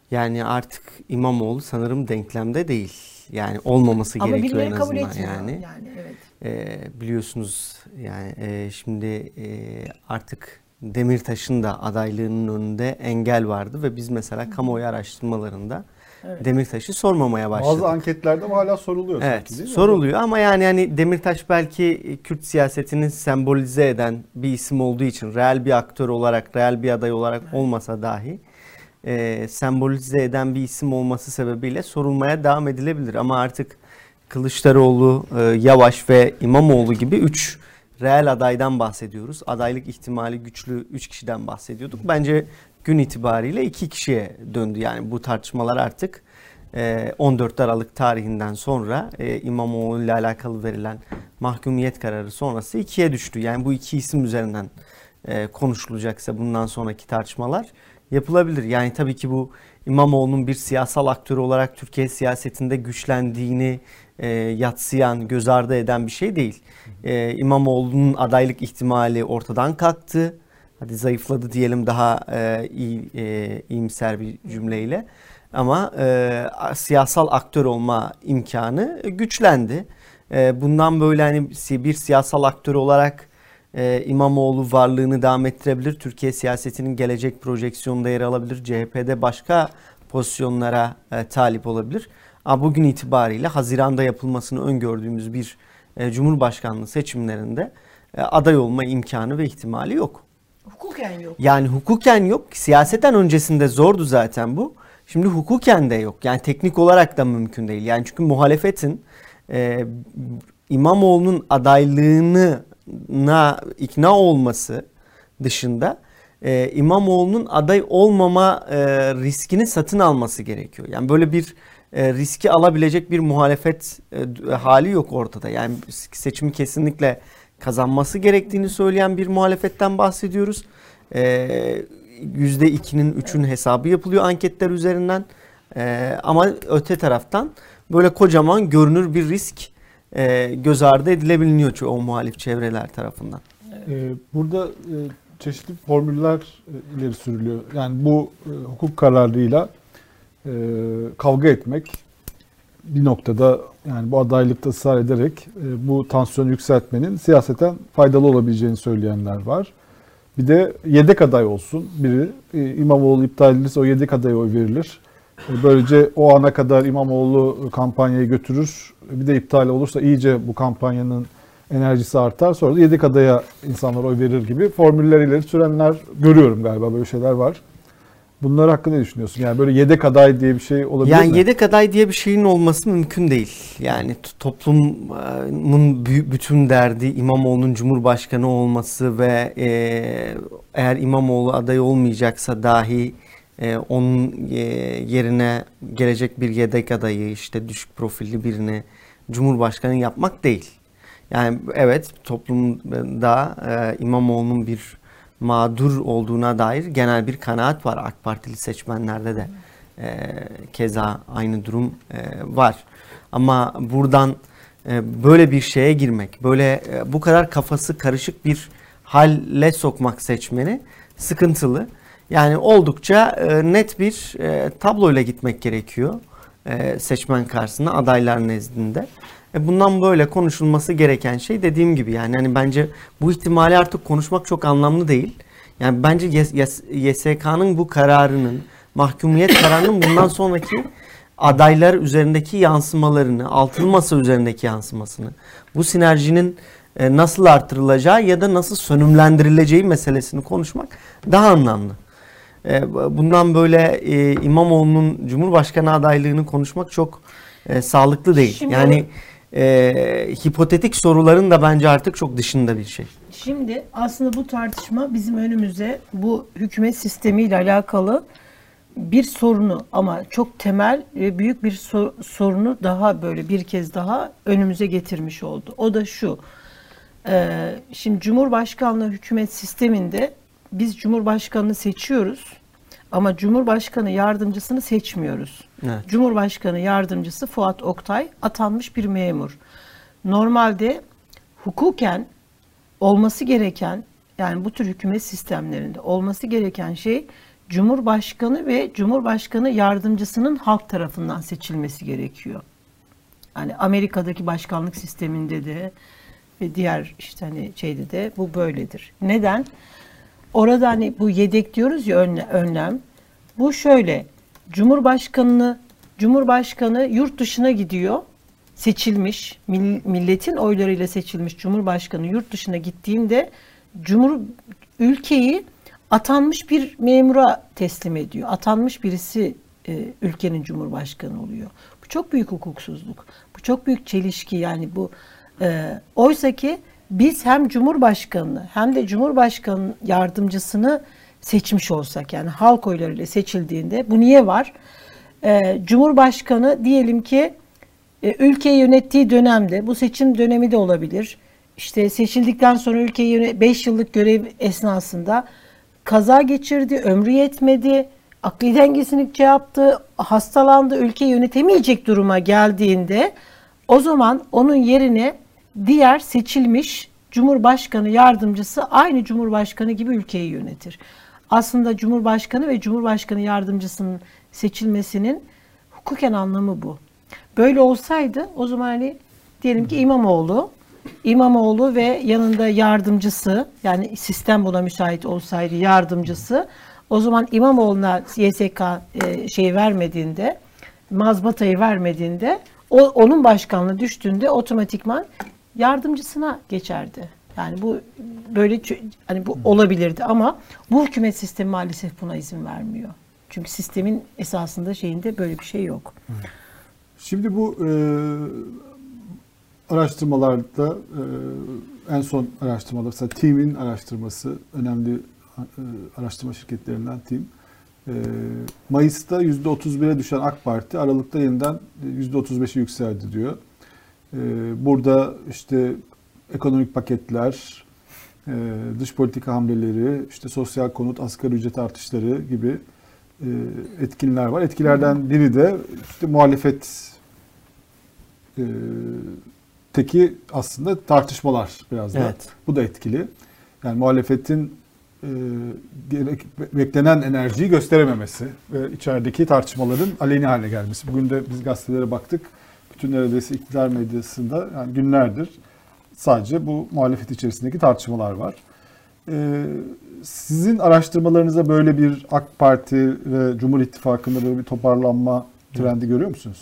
Yani artık İmamoğlu sanırım denklemde değil. Yani olmaması Ama gerekiyor en birileri kabul azından etmiyor. yani. Yani evet. Ee, biliyorsunuz yani e, şimdi e, artık Demirtaş'ın da adaylığının önünde engel vardı ve biz mesela kamuoyu araştırmalarında Evet. Demirtaş'ı sormamaya başladık. Bazı anketlerde ama hala soruluyor Evet, sanki, değil mi? soruluyor ama yani hani Demirtaş belki Kürt siyasetini sembolize eden bir isim olduğu için reel bir aktör olarak, reel bir aday olarak olmasa dahi e, sembolize eden bir isim olması sebebiyle sorulmaya devam edilebilir. Ama artık Kılıçdaroğlu, e, Yavaş ve İmamoğlu gibi üç reel adaydan bahsediyoruz. Adaylık ihtimali güçlü üç kişiden bahsediyorduk. Bence gün itibariyle iki kişiye döndü. Yani bu tartışmalar artık on dört Aralık tarihinden sonra İmamoğlu ile alakalı verilen mahkumiyet kararı sonrası ikiye düştü. Yani bu iki isim üzerinden konuşulacaksa bundan sonraki tartışmalar yapılabilir. Yani tabii ki bu İmamoğlu'nun bir siyasal aktör olarak Türkiye siyasetinde güçlendiğini yadsıyan, göz ardı eden bir şey değil. İmamoğlu'nun adaylık ihtimali ortadan kalktı. Hadi zayıfladı diyelim daha iyi, iyimser bir cümleyle. Ama e, siyasal aktör olma imkanı güçlendi. E, bundan böyle hani bir siyasal aktör olarak e, İmamoğlu varlığını devam ettirebilir. Türkiye siyasetinin gelecek projeksiyonunda yer alabilir. C H P'de başka pozisyonlara e, talip olabilir. Ama bugün itibariyle Haziran'da yapılmasını öngördüğümüz bir e, Cumhurbaşkanlığı seçimlerinde e, aday olma imkanı ve ihtimali yok. Hukuken yok. Yani hukuken yok. Siyaseten öncesinde zordu zaten bu. Şimdi hukuken de yok. Yani teknik olarak da mümkün değil. Yani çünkü muhalefetin e, İmamoğlu'nun adaylığına ikna olması dışında e, İmamoğlu'nun aday olmama e, riskini satın alması gerekiyor. Yani böyle bir e, riski alabilecek bir muhalefet e, hali yok ortada. Yani seçimi kesinlikle kazanması gerektiğini söyleyen bir muhalefetten bahsediyoruz. E, yüzde ikinin üçün hesabı yapılıyor anketler üzerinden. Ee, ama öte taraftan böyle kocaman görünür bir risk e, göz ardı edilebiliniyor çoğu muhalif çevreler tarafından. Ee, burada e, çeşitli formüller e, ileri sürülüyor. Yani bu e, hukuk kararıyla e, kavga etmek bir noktada yani bu adaylıkta ısrar ederek e, bu tansiyonu yükseltmenin siyaseten faydalı olabileceğini söyleyenler var. Bir de yedek aday olsun biri. İmamoğlu iptal edilirse o yedek adaya oy verilir. Böylece o ana kadar İmamoğlu kampanyayı götürür. Bir de iptal olursa iyice bu kampanyanın enerjisi artar. Sonra da yedek adaya insanlar oy verir gibi formüller ileri sürenler görüyorum galiba. Böyle şeyler var. Bunlar hakkında ne düşünüyorsun? Yani böyle yedek aday diye bir şey olabilir yani mi? Yedek aday diye bir şeyin olması mümkün değil. Yani toplumun bütün derdi İmamoğlu'nun Cumhurbaşkanı olması ve e, eğer İmamoğlu aday olmayacaksa dahi e, onun e, yerine gelecek bir yedek adayı işte düşük profilli birini Cumhurbaşkanı yapmak değil. Yani evet toplumda e, İmamoğlu'nun bir mağdur olduğuna dair genel bir kanaat var. AK Partili seçmenlerde de e, keza aynı durum e, var. Ama buradan e, böyle bir şeye girmek, böyle e, bu kadar kafası karışık bir halle sokmak seçmeni sıkıntılı. Yani oldukça e, net bir e, tabloyla gitmek gerekiyor e, seçmen karşısına adaylar nezdinde. E, bundan böyle konuşulması gereken şey dediğim gibi yani hani bence bu ihtimali artık konuşmak çok anlamlı değil. Yani bence Y S K'nın bu kararının, mahkumiyet kararının bundan sonraki adaylar üzerindeki yansımalarını, altılı masa üzerindeki yansımasını, bu sinerjinin nasıl artırılacağı ya da nasıl sönümlendirileceği meselesini konuşmak daha anlamlı. Bundan böyle İmamoğlu'nun Cumhurbaşkanı adaylığını konuşmak çok sağlıklı değil. Şimdi, yani e, hipotetik soruların da bence artık çok dışında bir şey. Şimdi aslında bu tartışma bizim önümüze bu hükümet sistemiyle alakalı bir sorunu ama çok temel ve büyük bir sor- sorunu daha böyle bir kez daha önümüze getirmiş oldu. O da şu. E, şimdi Cumhurbaşkanlığı hükümet sisteminde biz Cumhurbaşkanını seçiyoruz ama Cumhurbaşkanı yardımcısını seçmiyoruz. Evet. Cumhurbaşkanı yardımcısı Fuat Oktay atanmış bir memur. Normalde hukuken olması gereken yani bu tür hükümet sistemlerinde olması gereken şey Cumhurbaşkanı ve Cumhurbaşkanı yardımcısının halk tarafından seçilmesi gerekiyor. Yani Amerika'daki başkanlık sisteminde de ve diğer işte hani şeyde de bu böyledir. Neden? Orada hani bu yedek diyoruz ya önlem. Bu şöyle. Cumhurbaşkanını Cumhurbaşkanı yurt dışına gidiyor. Seçilmiş, milletin oylarıyla seçilmiş Cumhurbaşkanı yurt dışına gittiğinde Cumhur ülkeyi atanmış bir memura teslim ediyor. Atanmış birisi e, ülkenin Cumhurbaşkanı oluyor. Bu çok büyük hukuksuzluk. Bu çok büyük çelişki yani bu. E, oysa ki biz hem Cumhurbaşkanını hem de Cumhurbaşkanı yardımcısını seçmiş olsak yani halk oylarıyla seçildiğinde bu niye var? E, Cumhurbaşkanı diyelim ki e, ülkeyi yönettiği dönemde bu seçim dönemi de olabilir. İşte seçildikten sonra ülkeyi beş yıllık görev esnasında kaza geçirdi, ömrü yetmedi, akli dengesini şey yaptı, hastalandı, ülkeyi yönetemeyecek duruma geldiğinde o zaman onun yerine diğer seçilmiş Cumhurbaşkanı yardımcısı aynı Cumhurbaşkanı gibi ülkeyi yönetir. Aslında Cumhurbaşkanı ve Cumhurbaşkanı yardımcısının seçilmesinin hukuken anlamı bu. Böyle olsaydı o zaman hani diyelim ki İmamoğlu, İmamoğlu ve yanında yardımcısı yani sistem buna müsait olsaydı yardımcısı o zaman İmamoğlu'na Y S K e, şey vermediğinde mazbatayı vermediğinde o onun başkanlığı düştüğünde otomatikman yardımcısına geçerdi. Yani bu böyle hani bu olabilirdi ama bu hükümet sistemi maalesef buna izin vermiyor. Çünkü sistemin esasında şeyinde böyle bir şey yok. Şimdi bu e, araştırmalarda e, en son araştırmada mesela TİM'in araştırması önemli e, araştırma şirketlerinden TİM. E, Mayıs'ta yüzde otuz bire düşen AK Parti Aralık'ta yeniden yüzde otuz beşe yükseldi diyor. E, burada işte ekonomik paketler, e, dış politika hamleleri, işte sosyal konut, asgari ücret artışları gibi e, etkinler var. Etkilerden biri de işte muhalefet e, teki aslında tartışmalar biraz da. Evet. Bu da etkili. Yani muhalefetin e, gerek, beklenen enerjiyi gösterememesi ve içerideki tartışmaların aleni hale gelmesi. Bugün de biz gazetelere baktık. Bütün neredeyse iktidar medyasında yani günlerdir sadece bu muhalefet içerisindeki tartışmalar var. Ee, sizin araştırmalarınıza böyle bir AK Parti ve Cumhur İttifakı'nda böyle bir toparlanma trendi görüyor musunuz?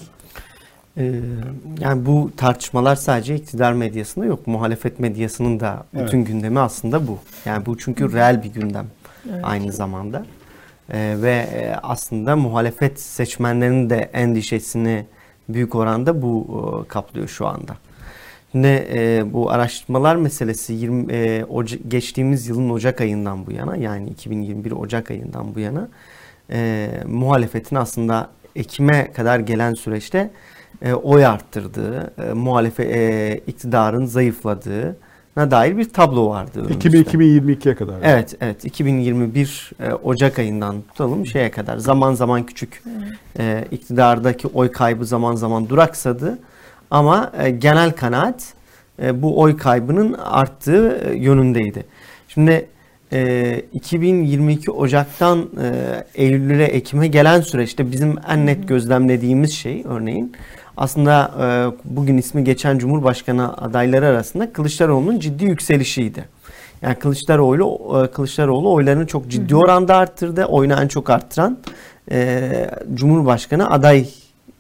Ee, yani bu tartışmalar sadece iktidar medyasında yok. Muhalefet medyasının da bütün evet. gündemi aslında bu. Yani bu çünkü reel bir gündem evet. aynı zamanda. Ee, ve aslında muhalefet seçmenlerinin de endişesini büyük oranda bu e, kaplıyor şu anda. Şimdi e, bu araştırmalar meselesi yirmi, e, Oca, geçtiğimiz yılın Ocak ayından bu yana yani iki bin yirmi bir Ocak ayından bu yana e, muhalefetin aslında Ekim'e kadar gelen süreçte e, oy arttırdığı, e, muhalefet e, iktidarın zayıfladığına dair bir tablo vardı. iki bin yirmi ikiye kadar. Yani. Evet, evet. iki bin yirmi bir e, Ocak ayından tutalım şeye kadar. Zaman zaman küçük e, iktidardaki oy kaybı zaman zaman duraksadı. Ama e, genel kanaat e, bu oy kaybının arttığı e, yönündeydi. Şimdi e, iki bin yirmi iki Ocak'tan e, Eylül'e Ekim'e gelen süreçte bizim en net gözlemlediğimiz şey örneğin aslında e, bugün ismi geçen Cumhurbaşkanı adayları arasında Kılıçdaroğlu'nun ciddi yükselişiydi. Yani Kılıçdaroğlu e, Kılıçdaroğlu oylarını çok ciddi oranda arttırdı. Oyunu en çok arttıran e, Cumhurbaşkanı aday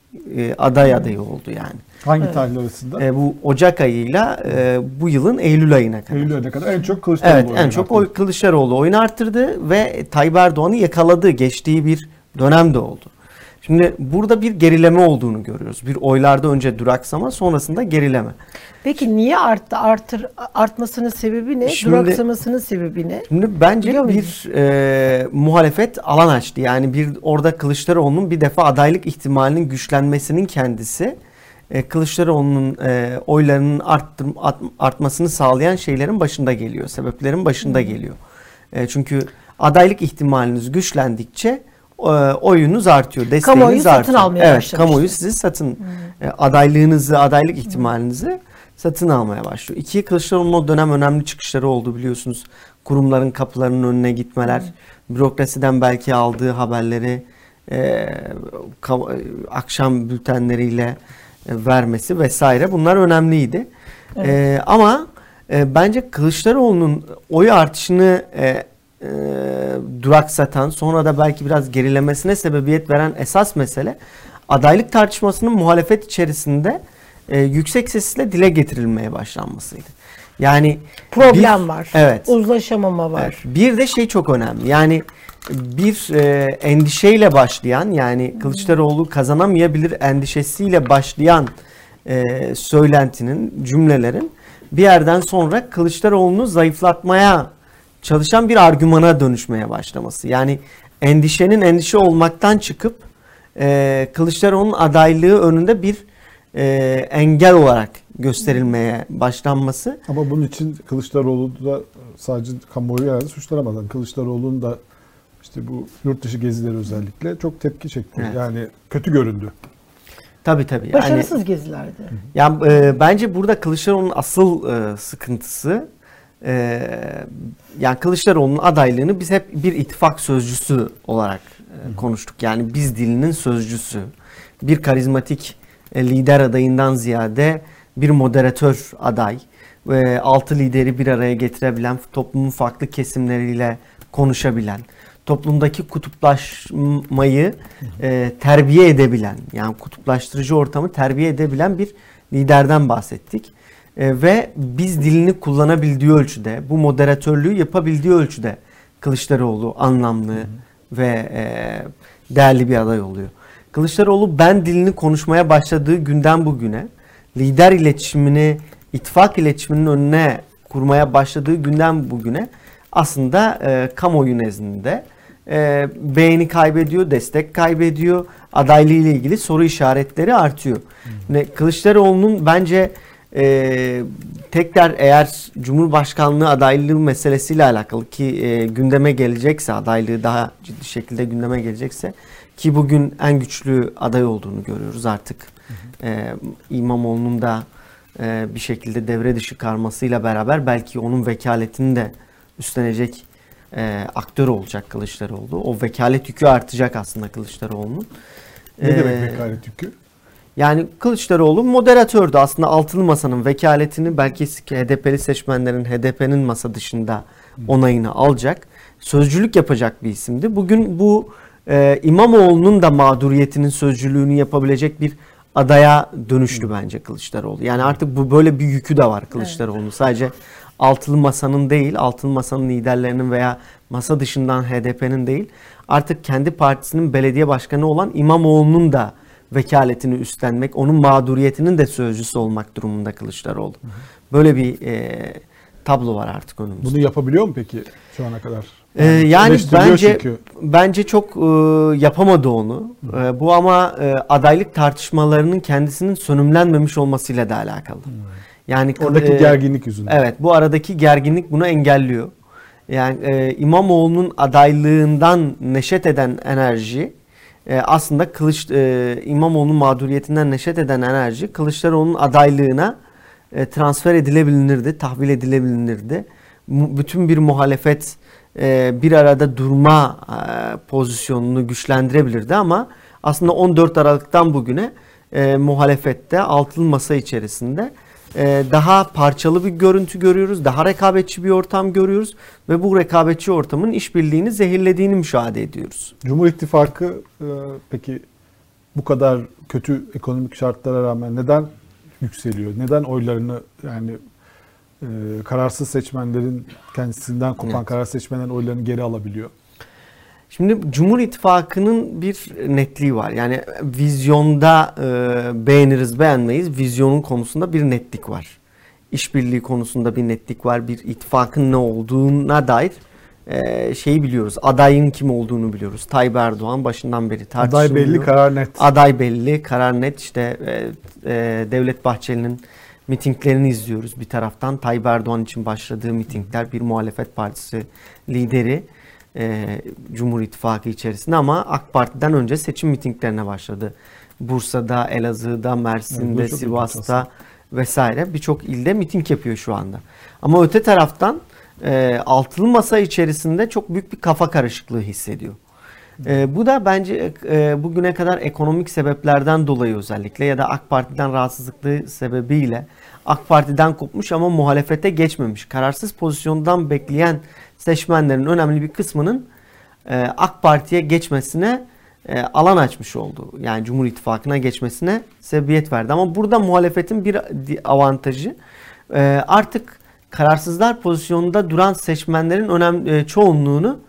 e, aday adayı oldu yani. Hangi evet. tarih arasında? E, bu Ocak ayıyla e, bu yılın Eylül ayına kadar. Eylül ayına kadar en çok Kılıçdaroğlu. Evet, en çok oy, Kılıçdaroğlu oyunu arttırdı ve Tayyip Erdoğan'ı yakaladığı, geçtiği bir dönem de oldu. Şimdi burada bir gerileme olduğunu görüyoruz. Bir oylarda önce duraksama, sonrasında gerileme. Peki niye arttı? Artır, artmasının sebebi ne? Şimdi, Duraksamasının sebebi ne? Şimdi bence bir e, muhalefet alan açtı. Yani bir orada Kılıçdaroğlu'nun bir defa adaylık ihtimalinin güçlenmesinin kendisi e, Kılıçdaroğlu'nun e, oylarının arttır, art, artmasını sağlayan şeylerin başında geliyor. Sebeplerin başında hmm. geliyor. E, çünkü adaylık ihtimaliniz güçlendikçe oyunuz artıyor, desteğiniz kamuoyu artıyor. Satın almaya evet, başlamıştır. kamuoyu sizi satın hmm. adaylığınızı, adaylık ihtimalinizi satın almaya başlıyor. İki, Kılıçdaroğlu'nun o dönem önemli çıkışları oldu biliyorsunuz. Kurumların kapılarının önüne gitmeler, hmm. bürokrasiden belki aldığı haberleri e, akşam bültenleriyle e, vermesi vesaire, bunlar önemliydi. Evet. E, ama e, bence Kılıçdaroğlu'nun oy artışını e, e, duraksatan, sonra da belki biraz gerilemesine sebebiyet veren esas mesele adaylık tartışmasının muhalefet içerisinde e, yüksek sesle dile getirilmeye başlanmasıydı. Yani problem bir, var. Evet. Uzlaşamama var. Evet, bir de şey çok önemli. Yani bir e, endişeyle başlayan, yani Kılıçdaroğlu kazanamayabilir endişesiyle başlayan e, söylentinin, cümlelerin bir yerden sonra Kılıçdaroğlu'nu zayıflatmaya çalışan bir argümana dönüşmeye başlaması. Yani endişenin endişe olmaktan çıkıp e, Kılıçdaroğlu'nun adaylığı önünde bir e, engel olarak gösterilmeye başlanması. Ama bunun için Kılıçdaroğlu da sadece kamuoyu herhalde suçlanamadan. Kılıçdaroğlu'nun da işte bu yurt dışı gezileri özellikle çok tepki çekti. Evet. Yani kötü göründü. Tabii tabii. Başarısız yani, gezilerdi. Yani e, bence burada Kılıçdaroğlu'nun asıl e, sıkıntısı e, yani Kılıçdaroğlu'nun adaylığını biz hep bir ittifak sözcüsü olarak e, konuştuk. Yani biz dilinin sözcüsü. Bir karizmatik e, lider adayından ziyade bir moderatör aday ve altı lideri bir araya getirebilen, toplumun farklı kesimleriyle konuşabilen, toplumdaki kutuplaşmayı e, terbiye edebilen, yani kutuplaştırıcı ortamı terbiye edebilen bir liderden bahsettik. E, ve biz dilini kullanabildiği ölçüde, bu moderatörlüğü yapabildiği ölçüde Kılıçdaroğlu anlamlı hı hı. ve e, değerli bir aday oluyor. Kılıçdaroğlu ben dilini konuşmaya başladığı günden bugüne, lider iletişimini, ittifak iletişiminin önüne kurmaya başladığı günden bugüne aslında e, kamuoyu nezdinde e, beğeni kaybediyor, destek kaybediyor, adaylığı ile ilgili soru işaretleri artıyor. Hmm. Kılıçdaroğlu'nun bence e, tekrar eğer Cumhurbaşkanlığı adaylığı meselesiyle alakalı ki e, gündeme gelecekse, adaylığı daha ciddi şekilde gündeme gelecekse, ki bugün en güçlü aday olduğunu görüyoruz artık. Hı hı. E, İmamoğlu'nun da e, bir şekilde devre dışı kalmasıyla beraber belki onun vekaletini de üstlenecek e, aktör olacak Kılıçdaroğlu. O vekalet yükü artacak aslında Kılıçdaroğlu'nun. Ne ee, demek vekalet yükü? Yani Kılıçdaroğlu moderatördü. Aslında Altılı Masa'nın vekaletini belki H D P'li seçmenlerin H D P'nin masa dışında onayını alacak. Sözcülük yapacak bir isimdi. Bugün bu e, İmamoğlu'nun da mağduriyetinin sözcülüğünü yapabilecek bir adaya dönüştü bence Kılıçdaroğlu. Yani artık bu böyle bir yükü de var Kılıçdaroğlu'nun. Evet. Sadece Altılı Masa'nın değil, Altılı Masa'nın liderlerinin veya masa dışından H D P'nin değil, artık kendi partisinin belediye başkanı olan İmamoğlu'nun da vekaletini üstlenmek, onun mağduriyetinin de sözcüsü olmak durumunda Kılıçdaroğlu. Hı hı. Böyle bir e, tablo var artık önümüzde. Bunu yapabiliyor mu peki şu ana kadar? Yani, ee, yani bence çünkü. bence çok e, yapamadı onu. E, bu ama e, adaylık tartışmalarının kendisinin sönümlenmemiş olmasıyla da alakalı. Hı. Yani oradaki e, gerginlik yüzünden. Evet, bu aradaki gerginlik bunu engelliyor. Yani e, İmamoğlu'nun adaylığından neşet eden enerji e, aslında Kılıç e, İmamoğlu'nun mağduriyetinden neşet eden enerji Kılıçdaroğlu'nun adaylığına e, transfer edilebilirdi, tahvil edilebilirdi. Mu, bütün bir muhalefet e, bir arada durma e, pozisyonunu güçlendirebilirdi ama aslında on dört Aralık'tan bugüne e, muhalefette altılı masa içerisinde daha parçalı bir görüntü görüyoruz. Daha rekabetçi bir ortam görüyoruz. Ve bu rekabetçi ortamın işbirliğini zehirlediğini müşahede ediyoruz. Cumhur İttifakı peki bu kadar kötü ekonomik şartlara rağmen neden yükseliyor? Neden oylarını, yani kararsız seçmenlerin kendisinden kopan evet. kararsız seçmenlerin oylarını geri alabiliyor? Şimdi Cumhur İttifakı'nın bir netliği var. Yani vizyonda e, beğeniriz beğenmeyiz. Vizyonun konusunda bir netlik var. İşbirliği konusunda bir netlik var. Bir ittifakın ne olduğuna dair e, şeyi biliyoruz. Adayın kim olduğunu biliyoruz. Tayyip Erdoğan başından beri tartışılıyor. Aday belli, karar net. Aday belli, karar net. İşte e, e, Devlet Bahçeli'nin mitinglerini izliyoruz bir taraftan. Tayyip Erdoğan için başladığı mitingler, bir muhalefet partisi lideri. E, Cumhur İttifakı içerisinde ama AK Parti'den önce seçim mitinglerine başladı. Bursa'da, Elazığ'da, Mersin'de, evet, Sivas'ta vesaire birçok ilde miting yapıyor şu anda. Ama öte taraftan e, altılı masa içerisinde çok büyük bir kafa karışıklığı hissediyor. E, bu da bence e, bugüne kadar ekonomik sebeplerden dolayı özellikle ya da AK Parti'den rahatsızlıkları sebebiyle AK Parti'den kopmuş ama muhalefete geçmemiş, kararsız pozisyondan bekleyen seçmenlerin önemli bir kısmının e, AK Parti'ye geçmesine e, alan açmış oldu. Yani Cumhur İttifakı'na geçmesine sebebiyet verdi. Ama burada muhalefetin bir avantajı e, artık kararsızlar pozisyonunda duran seçmenlerin önemli e, çoğunluğunu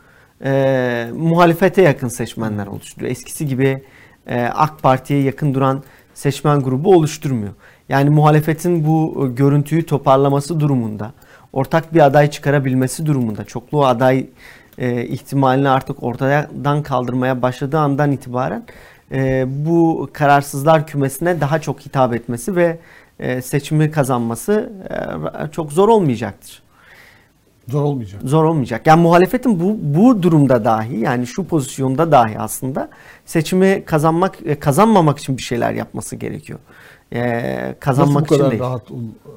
e, muhalefete yakın seçmenler oluşturuyor. Eskisi gibi e, AK Parti'ye yakın duran seçmen grubu oluşturmuyor. Yani muhalefetin bu görüntüyü toparlaması durumunda, ortak bir aday çıkarabilmesi durumunda, çoklu aday e, ihtimalini artık ortadan kaldırmaya başladığı andan itibaren e, bu kararsızlar kümesine daha çok hitap etmesi ve e, seçimi kazanması e, çok zor olmayacaktır. Zor olmayacak. Zor olmayacak. Yani muhalefetin bu bu durumda dahi, yani şu pozisyonda dahi aslında seçimi kazanmak kazanmamak için bir şeyler yapması gerekiyor. Ee, kazanmak Nasıl bu için kadar değil. rahat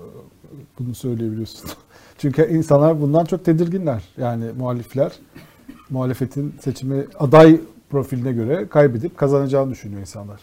bunu söyleyebiliyorsun? Çünkü insanlar bundan çok tedirginler. Yani muhalifler muhalefetin seçimi aday profiline göre kaybedip kazanacağını düşünüyor insanlar.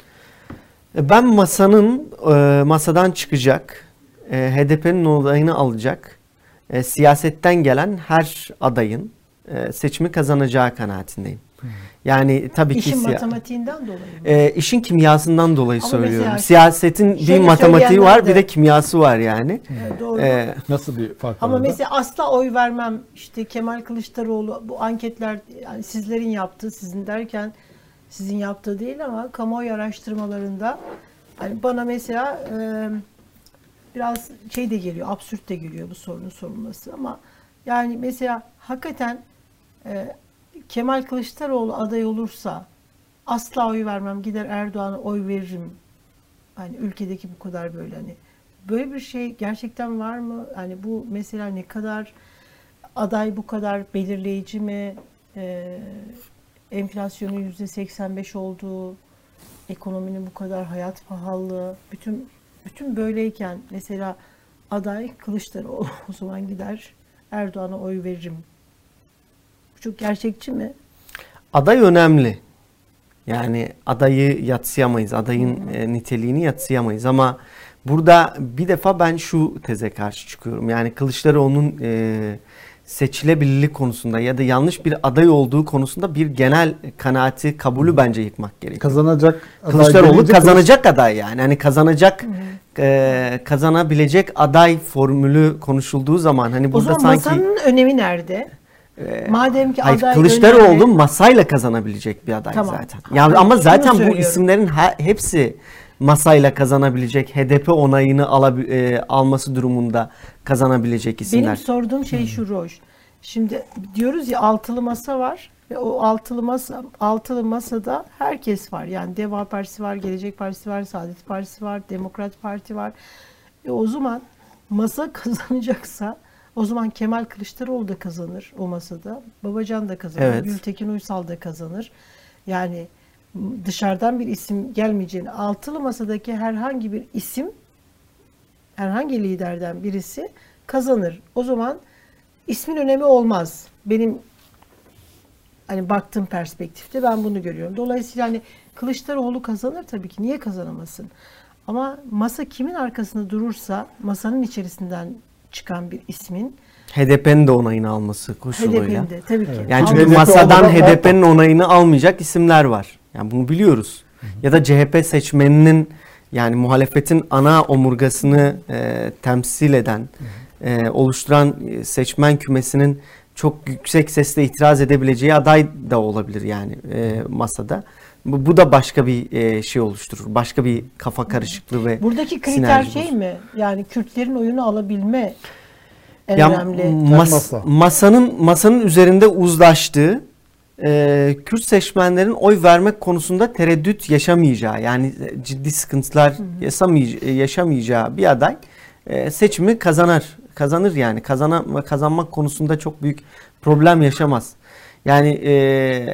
Ben masanın e, masadan çıkacak, e, H D P'nin onayını alacak, e, siyasetten gelen her adayın e, seçimi kazanacağı kanaatindeyim. Hmm. Yani tabii ki İşin siya- matematiğinden dolayı mı? E, işin kimyasından dolayı Ama söylüyorum. mesela Siyasetin bir şöyle matematiği var, söyleyenler bir de- de kimyası var yani. Evet, doğru. E, Nasıl bir fark var Ama orada? mesela asla oy vermem, işte Kemal Kılıçdaroğlu, bu anketler yani sizlerin yaptığı, sizin derken sizin yaptığı değil ama kamuoyu araştırmalarında hani bana mesela e, biraz şey de geliyor, absürt de geliyor bu sorunun sorulması ama yani mesela hakikaten e, Kemal Kılıçdaroğlu aday olursa asla oy vermem, gider Erdoğan'a oy veririm. Hani ülkedeki bu kadar böyle hani böyle bir şey gerçekten var mı? Hani bu mesela ne kadar aday bu kadar belirleyici mi? Ee, enflasyonun yüzde seksen beş olduğu, ekonominin bu kadar hayat pahalı, bütün bütün böyleyken mesela aday Kılıçdaroğlu o zaman gider Erdoğan'a oy veririm. Bu çok gerçekçi mi? Aday önemli. Yani adayı yadsıyamayız. Adayın e, niteliğini yadsıyamayız ama burada bir defa ben şu teze karşı çıkıyorum. Yani Kılıçdaroğlu'nun e, seçilebilirlik konusunda ya da yanlış bir aday olduğu konusunda bir genel kanaati, kabulü bence yıkmak gerekiyor. Kazanacak aday Kılıçdaroğlu gelince kazanacak aday yani. Hani kazanacak e, kazanabilecek aday formülü konuşulduğu zaman hani O burada zaman sanki masanın önemi nerede? Madem ki hayır, aday Kılıçdaroğlu önemli- masayla kazanabilecek bir aday Tamam. zaten. Yani Hayır, ama şunu zaten bu söylüyorum. isimlerin ha- hepsi masayla kazanabilecek, H D P onayını alabi- e, alması durumunda kazanabilecek isimler. Benim sorduğum şey şu Roj. Şimdi diyoruz ya altılı masa var ve o altılı masa altılı masada herkes var. Yani Deva Partisi var, Gelecek Partisi var, Saadet Partisi var, Demokrat Parti var. E o zaman masa kazanacaksa o zaman Kemal Kılıçdaroğlu da kazanır o masada. Babacan da kazanır. Evet. Gültekin Uysal da kazanır. Yani dışarıdan bir isim gelmeyeceğini, altılı masadaki herhangi bir isim, herhangi liderden birisi kazanır. O zaman ismin önemi olmaz. Benim hani baktığım perspektifte ben bunu görüyorum. Dolayısıyla hani Kılıçdaroğlu kazanır tabii ki. Niye kazanamasın? Ama masa kimin arkasında durursa masanın içerisinden çıkan bir ismin H D P'nin de onayını alması H koşuluyla. D P'nin de tabii ki. Yani Ama çünkü H D P masadan olmadan H D P'nin onayını almayacak isimler var. Yani bunu biliyoruz. Hı hı. Ya da C H P seçmeninin yani muhalefetin ana omurgasını e, temsil eden, hı hı. E, oluşturan seçmen kümesinin çok yüksek sesle itiraz edebileceği aday da olabilir yani e, masada. Bu, bu da başka bir e, şey oluşturur. Başka bir kafa karışıklığı ve buradaki kriter sinerji şey bozulur. mi? Yani Kürtlerin oyunu alabilme en Ya, önemli. mas- masa. masanın masanın üzerinde uzlaştığı e, Kürt seçmenlerin oy vermek konusunda tereddüt yaşamayacağı yani ciddi sıkıntılar yaşamayacağı, yaşamayacağı bir aday e, seçimi kazanır. Kazanır yani. Kazana, kazanmak konusunda çok büyük problem yaşamaz. Yani e,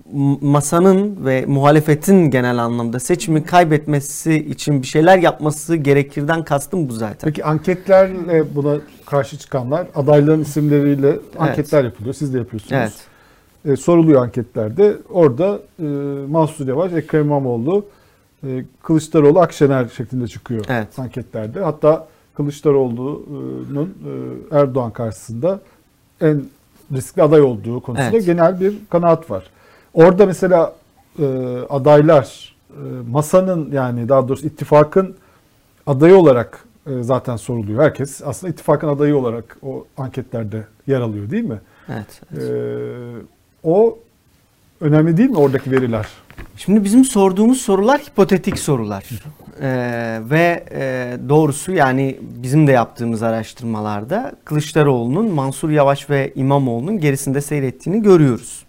masanın ve muhalefetin genel anlamda seçimi kaybetmesi için bir şeyler yapması gerekirden kastım bu zaten. Peki anketlerle buna karşı çıkanlar, adayların isimleriyle anketler yapılıyor. Siz de yapıyorsunuz. Evet. E, soruluyor anketlerde. Orada e, Mansur Yavaş, Ekrem İmamoğlu, e, Kılıçdaroğlu, Akşener şeklinde çıkıyor Evet. anketlerde. Hatta Kılıçdaroğlu'nun e, Erdoğan karşısında en riskli aday olduğu konusunda Evet. genel bir kanaat var. Orada mesela e, adaylar e, masanın, yani daha doğrusu ittifakın adayı olarak e, zaten soruluyor. Herkes aslında ittifakın adayı olarak o anketlerde yer alıyor, değil mi? Evet. evet. E, o önemli değil mi, oradaki veriler? Şimdi bizim sorduğumuz sorular hipotetik sorular. Ee, ve e, doğrusu yani bizim de yaptığımız araştırmalarda Kılıçdaroğlu'nun Mansur Yavaş ve İmamoğlu'nun gerisinde seyrettiğini görüyoruz.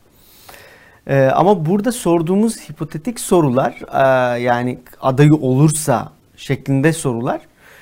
Ee, ama burada sorduğumuz hipotetik sorular e, yani adayı olursa şeklinde sorular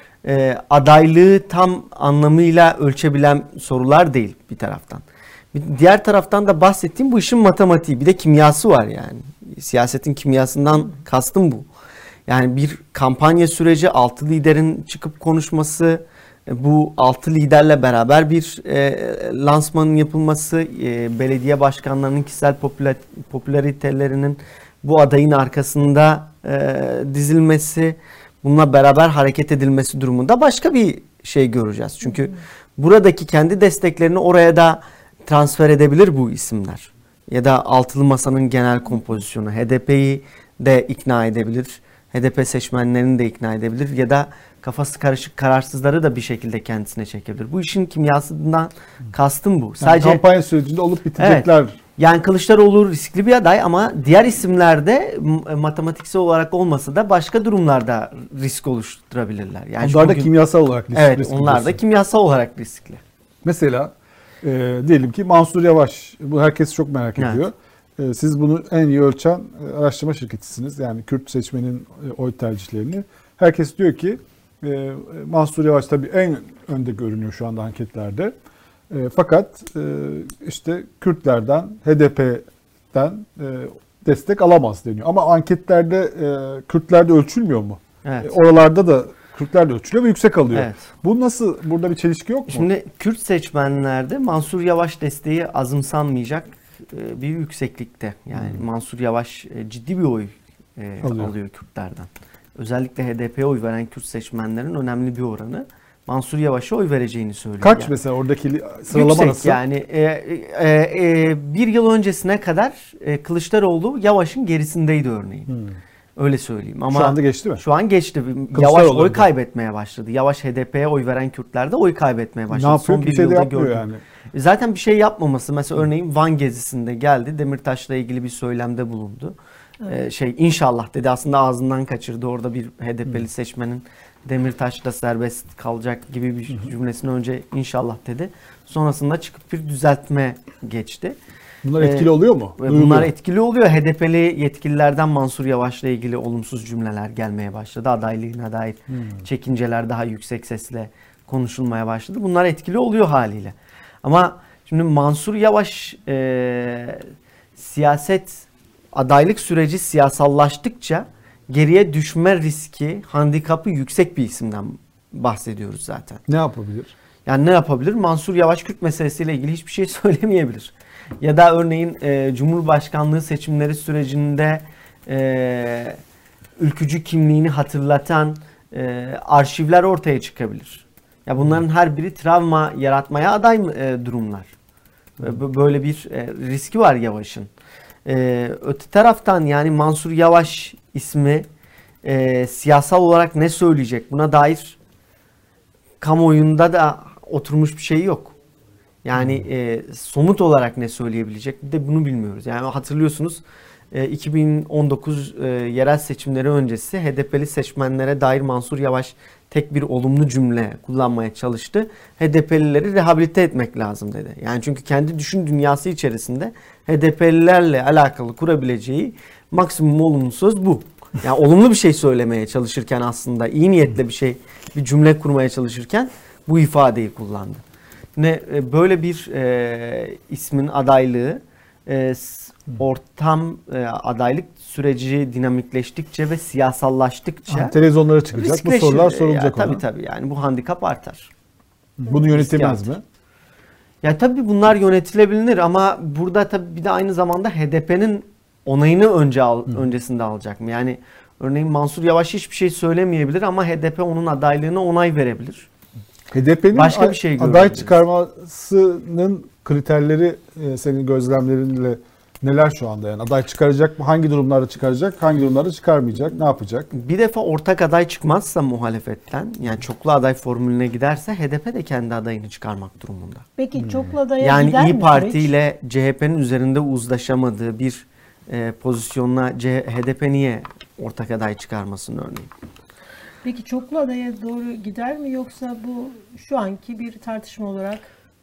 e, adaylığı tam anlamıyla ölçebilen sorular değil bir taraftan. Bir diğer taraftan da bahsettiğim bu işin matematiği, bir de kimyası var yani. Siyasetin kimyasından kastım bu. Yani bir kampanya süreci, altı liderin çıkıp konuşması, bu altı liderle beraber bir e, lansmanın yapılması, e, belediye başkanlarının kişisel popüler, popülaritelerinin bu adayın arkasında e, dizilmesi, bununla beraber hareket edilmesi durumunda başka bir şey göreceğiz. Çünkü buradaki kendi desteklerini oraya da transfer edebilir bu isimler. Ya da altılı masanın genel kompozisyonu H D P'yi de ikna edebilir. H D P seçmenlerini de ikna edebilir ya da kafası karışık kararsızları da bir şekilde kendisine çekebilir. Bu işin kimyasından kastım bu. Yani Sadece kampanya sürecinde olup bitecekler. Evet. Yani Kılıçdaroğlu riskli bir aday ama diğer isimlerde matematiksel olarak olmasa da başka durumlarda risk oluşturabilirler. Yani Onlar da bugün, kimyasal olarak riskli. evet, riskli onlar da diyorsun. kimyasal olarak riskli. Mesela e, diyelim ki Mansur Yavaş, bu herkes çok merak Evet. ediyor. E, siz bunu en iyi ölçen e, araştırma şirketisiniz. Yani Kürt seçmenin e, oy tercihlerini. Herkes diyor ki e, Mansur Yavaş tabii en önde görünüyor şu anda anketlerde. E, fakat e, işte Kürtlerden, H D P'den e, destek alamaz deniyor. Ama anketlerde e, Kürtlerde ölçülmüyor mu? Evet. E, oralarda da Kürtler de ölçülüyor ve yüksek alıyor. Evet. Bu nasıl? Burada bir çelişki yok mu? Şimdi Kürt seçmenlerde Mansur Yavaş desteği azımsanmayacak bir yükseklikte. Yani hmm. Mansur Yavaş ciddi bir oy alıyor. alıyor Kürtlerden. Özellikle H D P'ye oy veren Kürt seçmenlerin önemli bir oranı Mansur Yavaş'a oy vereceğini söylüyor. Kaç yani. mesela oradaki sıralama Yüksek nasıl? yani e, e, e, bir yıl öncesine kadar e, Kılıçdaroğlu Yavaş'ın gerisindeydi örneğin. Hmm. Öyle söyleyeyim. Ama şu anda geçti mi? Şu an geçti. Yavaş oy oldu. kaybetmeye başladı. Yavaş H D P'ye oy veren Kürtler de oy kaybetmeye başladı. Ne yapıyor? Son Bir şey de yapmıyor gördüm. yani. Zaten bir şey yapmaması. Mesela örneğin Van gezisinde geldi. Demirtaş'la ilgili bir söylemde bulundu. Evet. Ee, şey inşallah dedi. Aslında ağzından kaçırdı. Orada bir H D P'li hmm. seçmenin Demirtaş'ta serbest kalacak gibi bir cümlesini önce inşallah dedi. Sonrasında çıkıp bir düzeltme geçti. Bunlar etkili ee, oluyor mu? Bunlar Duyuluyor. etkili oluyor. H D P'li yetkililerden Mansur Yavaş'la ilgili olumsuz cümleler gelmeye başladı. Adaylığına dair hmm. çekinceler daha yüksek sesle konuşulmaya başladı. Bunlar etkili oluyor haliyle. Ama şimdi Mansur Yavaş e, siyaset, adaylık süreci siyasallaştıkça geriye düşme riski, handikapı yüksek bir isimden bahsediyoruz zaten. Ne yapabilir? Yani ne yapabilir? Mansur Yavaş Kürt meselesiyle ilgili hiçbir şey söylemeyebilir. Ya da örneğin e, Cumhurbaşkanlığı seçimleri sürecinde e, ülkücü kimliğini hatırlatan e, arşivler ortaya çıkabilir. Ya bunların her biri travma yaratmaya aday e, durumlar. Hmm. Böyle bir e, riski var Yavaş'ın. E, öte taraftan yani Mansur Yavaş ismi e, siyasal olarak ne söyleyecek? Buna dair kamuoyunda da oturmuş bir şey yok. Yani hmm. e, somut olarak ne söyleyebilecek bir de bunu bilmiyoruz. Yani hatırlıyorsunuz e, iki bin on dokuz e, yerel seçimleri öncesi H D P'li seçmenlere dair Mansur Yavaş tek bir olumlu cümle kullanmaya çalıştı. H D P'lileri rehabilite etmek lazım dedi. Yani çünkü kendi düşün dünyası içerisinde H D P'lilerle alakalı kurabileceği maksimum olumlu söz bu. Yani olumlu bir şey söylemeye çalışırken aslında iyi niyetle bir şey, bir cümle kurmaya çalışırken bu ifadeyi kullandı. Ne böyle bir e, ismin adaylığı e, s- ortam e, adaylık süreci dinamikleştikçe ve siyasallaştıkça Ha, televizyonlara çıkacak. Bu riskleşir. sorular Ya, sorulacak ona. tabii tabii yani bu handikap artar. Bunu yönetemez riski mi? Ya tabii bunlar yönetilebilir ama burada tabii bir de aynı zamanda H D P'nin onayını önce al, öncesinde alacak mı? Yani örneğin Mansur Yavaş hiçbir şey söylemeyebilir ama H D P onun adaylığına onay verebilir. H D P'nin Başka bir şey aday görebiliriz. çıkarmasının kriterleri e, senin gözlemlerinle neler şu anda? Yani aday çıkaracak mı? Hangi durumlarda çıkaracak? Hangi durumlarda çıkarmayacak? Ne yapacak? Bir defa ortak aday çıkmazsa muhalefetten yani çoklu aday formülüne giderse H D P de kendi adayını çıkarmak durumunda. Peki çoklu adaya Yani gider İyi mi Parti süreç? ile C H P'nin üzerinde uzlaşamadığı bir e, pozisyonla C- H D P niye ortak aday çıkarmasın örneğin? Peki çoklu adaya doğru gider mi yoksa bu şu anki bir tartışma olarak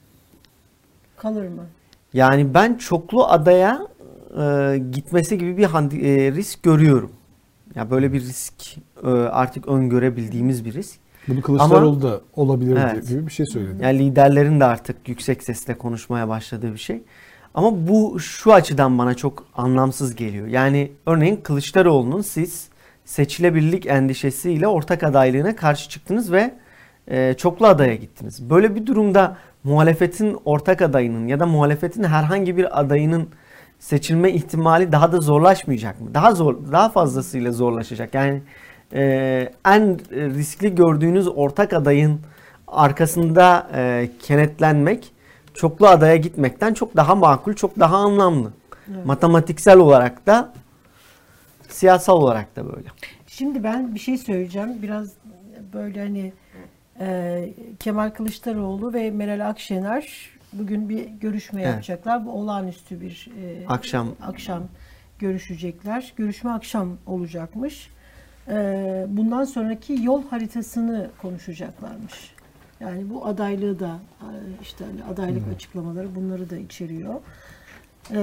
kalır mı? Yani ben çoklu adaya e, gitmesi gibi bir handi- e, risk görüyorum. Ya böyle bir risk e, artık öngörebildiğimiz bir risk. Bunu Kılıçdaroğlu Ama- da olabilir Evet. gibi bir şey söyledi. Yani liderlerin de artık yüksek sesle konuşmaya başladığı bir şey. Ama bu şu açıdan bana çok anlamsız geliyor. Yani örneğin Kılıçdaroğlu'nun siz seçilebilirlik endişesiyle ortak adaylığına karşı çıktınız ve e, çoklu adaya gittiniz. Böyle bir durumda muhalefetin ortak adayının ya da muhalefetin herhangi bir adayının seçilme ihtimali daha da zorlaşmayacak mı? Daha zor, daha fazlasıyla zorlaşacak. Yani e, en riskli gördüğünüz ortak adayın arkasında e, kenetlenmek çoklu adaya gitmekten çok daha makul, çok daha anlamlı. Evet. Matematiksel olarak da siyasal olarak da böyle. Şimdi ben bir şey söyleyeceğim. Biraz böyle hani e, Kemal Kılıçdaroğlu ve Meral Akşener bugün bir görüşme Evet. yapacaklar. Bu olağanüstü bir e, Akşam. akşam görüşecekler. Görüşme akşam olacakmış. E, bundan sonraki yol haritasını konuşacaklarmış. Yani bu adaylığı da e, işte hani adaylık açıklamaları bunları da içeriyor. E,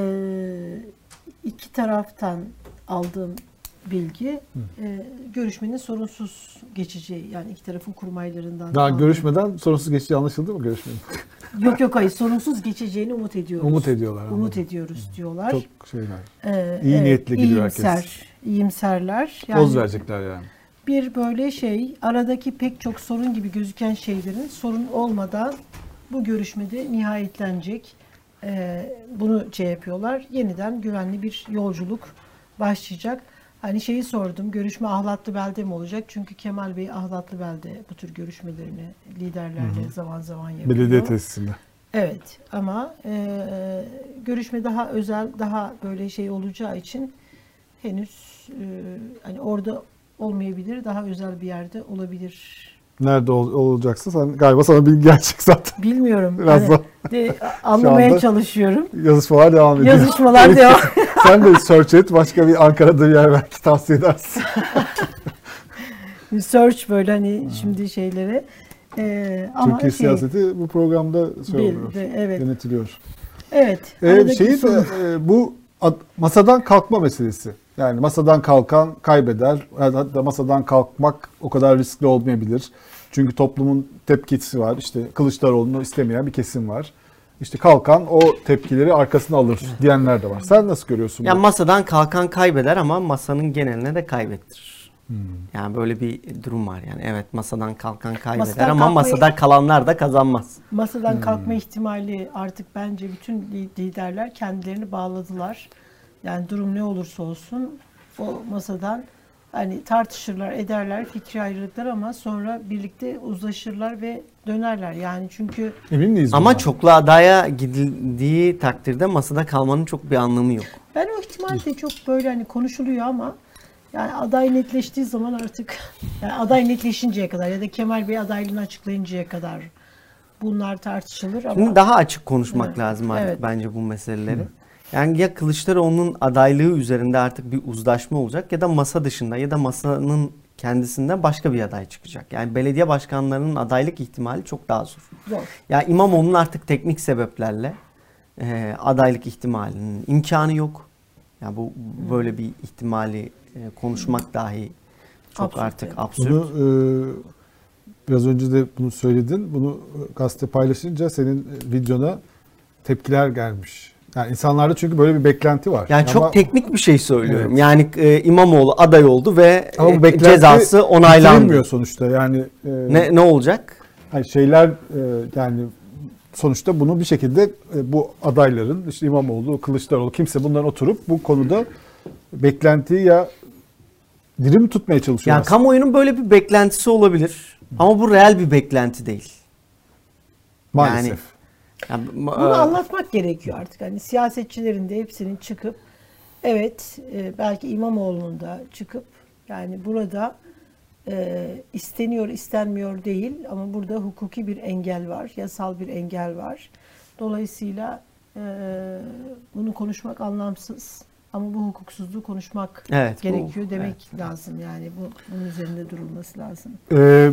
iki taraftan aldığım bilgi e, görüşmenin sorunsuz geçeceği, yani iki tarafın kurmaylarından. Daha aldığım- görüşmeden sorunsuz geçtiği anlaşıldı mı görüşmenin? Yok yok hayır, sorunsuz geçeceğini umut ediyoruz. Umut ediyorlar. Umut anladım. ediyoruz diyorlar. Çok şeyler. Ee, iyi niyetli gidiyor herkes. iyimser, iyimserler. Yani Poz verecekler yani. bir böyle şey, aradaki pek çok sorun gibi gözüken şeylerin sorun olmadan bu görüşmede nihayetlenecek. Ee, bunu şey yapıyorlar. Yeniden güvenli bir yolculuk başlayacak. Hani şeyi sordum, görüşme Ahlatlıbel'de mi olacak? Çünkü Kemal Bey Ahlatlıbel'de bu tür görüşmelerini liderlerle zaman zaman yapıyor. Belediye tesisinde. Evet ama e, görüşme daha özel, daha böyle şey olacağı için henüz e, hani orada olmayabilir, daha özel bir yerde olabilir. Nerede ol, olacaksın? Sen, galiba sana bilgi gelecek zaten. Bilmiyorum. Biraz Hani da de, anlamaya anda- çalışıyorum. yazışmalar devam ediyor. Yazışmalar devam. Sen de search et. Başka bir Ankara'da bir yer belki tavsiye edersin. Search böyle hani şimdi şeyleri. E, ama Türkiye şey, siyaseti bu programda şey bil- oluyor. de- evet. Yönetiliyor. Evet. Ee, aradaki şeyi de, sorun- e, bu ad- masadan kalkma meselesi. Yani masadan kalkan kaybeder. Hatta masadan kalkmak o kadar riskli olmayabilir. Çünkü toplumun tepkisi var. İşte Kılıçdaroğlu'nu istemeyen bir kesim var. İşte kalkan o tepkileri arkasına alır diyenler de var. Sen nasıl görüyorsun Yani bunu? masadan kalkan kaybeder ama masanın geneline de kaybettirir. Yani böyle bir durum var yani. Evet masadan kalkan kaybeder Masadan ama kalkmayı- masada kalanlar da kazanmaz. Masadan kalkma ihtimali artık bence bütün li- liderler kendilerini bağladılar. Yani durum ne olursa olsun o masadan hani tartışırlar, ederler, fikri ayrılıklar ama sonra birlikte uzlaşırlar ve dönerler. Yani çünkü Emin miyiz Ama bundan? çoklu adaya gidildiği takdirde masada kalmanın çok bir anlamı yok. ben o ihtimal de çok böyle hani konuşuluyor ama yani aday netleştiği zaman artık yani aday netleşinceye kadar ya da Kemal Bey adaylığını açıklayıncaya kadar bunlar tartışılır ama Şimdi daha açık konuşmak Evet, lazım artık evet. bence bu meseleleri. Yani ya Kılıçdaroğlu'nun adaylığı üzerinde artık bir uzlaşma olacak ya da masa dışında ya da masanın kendisinden başka bir aday çıkacak. Yani belediye başkanlarının adaylık ihtimali çok daha zor. zor. Ya İmamoğlu'nun artık teknik sebeplerle e, adaylık ihtimalinin imkanı yok. Ya bu böyle bir ihtimali e, konuşmak dahi çok Absürt artık yani. absürt. Bunu e, biraz önce de bunu söyledin. Bunu gazete paylaşınca senin videona tepkiler gelmiş. Yani insanlarda çünkü böyle bir beklenti var. Yani çok Ama, teknik bir şey söylüyorum. Evet. Yani e, İmamoğlu aday oldu ve ama bu e, beklenti cezası onaylandı. bitirilmiyor sonuçta. Yani e, Ne ne olacak? hani şeyler e, yani sonuçta bunu bir şekilde e, bu adayların işte İmamoğlu, Kılıçdaroğlu kimse bunların oturup bu konuda beklentiyi ya diri mi tutmaya çalışıyor Yani aslında? kamuoyunun böyle bir beklentisi olabilir. Ama bu reel bir beklenti değil. Maalesef. Yani, Bunu e, anlatmak gerekiyor artık. Hani siyasetçilerin de hepsinin çıkıp evet e, belki İmamoğlu'nun da çıkıp yani burada e, isteniyor istenmiyor değil ama burada hukuki bir engel var, yasal bir engel var. Dolayısıyla e, bunu konuşmak anlamsız ama bu hukuksuzluğu konuşmak Evet, bu- gerekiyor demek evet. lazım. Yani bu bunun üzerinde durulması lazım. Ee,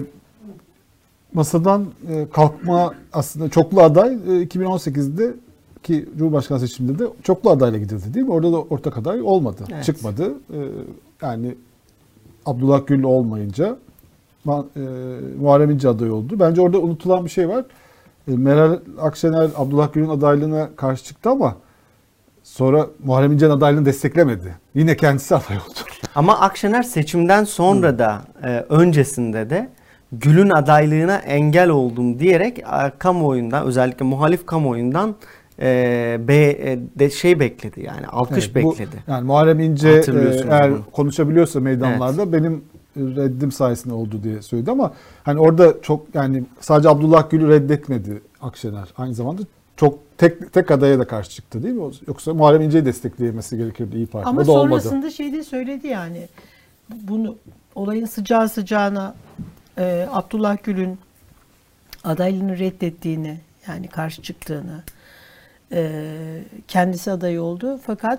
masadan e, kalkma aslında çoklu aday e, iki bin on sekizde ki Cumhurbaşkanı seçiminde de çoklu adayla gidildi değil mi? Orada da ortak aday olmadı. Evet. Çıkmadı. Ee, yani Abdullah Gül olmayınca Ma- e, Muharrem İnce aday oldu. Bence orada unutulan bir şey var. E, Meral Akşener Abdullah Gül'ün adaylığına karşı çıktı ama sonra Muharrem İnce'nin adaylığını desteklemedi. Yine kendisi aday oldu. Ama Akşener seçimden sonra da e, öncesinde de Gül'ün adaylığına engel oldum diyerek e, kamuoyundan özellikle muhalif kamuoyundan e, be, e, de şey bekledi yani alkış Evet, bu- bekledi. yani Muharrem İnce e, Hatırlıyorsunuz eğer bunu. konuşabiliyorsa meydanlarda benim reddim sayesinde oldu diye söyledi ama hani orada çok yani sadece Abdullah Gül'ü reddetmedi Akşener. Aynı zamanda çok tek tek adaya da karşı çıktı değil mi? Yoksa Muharrem İnce'yi destekleyemesi gerekirdi İYİ Parti. Ama o da olmadı. sonrasında şey de söyledi yani bunu olayın sıcağı sıcağına e, Abdullah Gül'ün adaylığını reddettiğini yani karşı çıktığını e, kendisi aday oldu fakat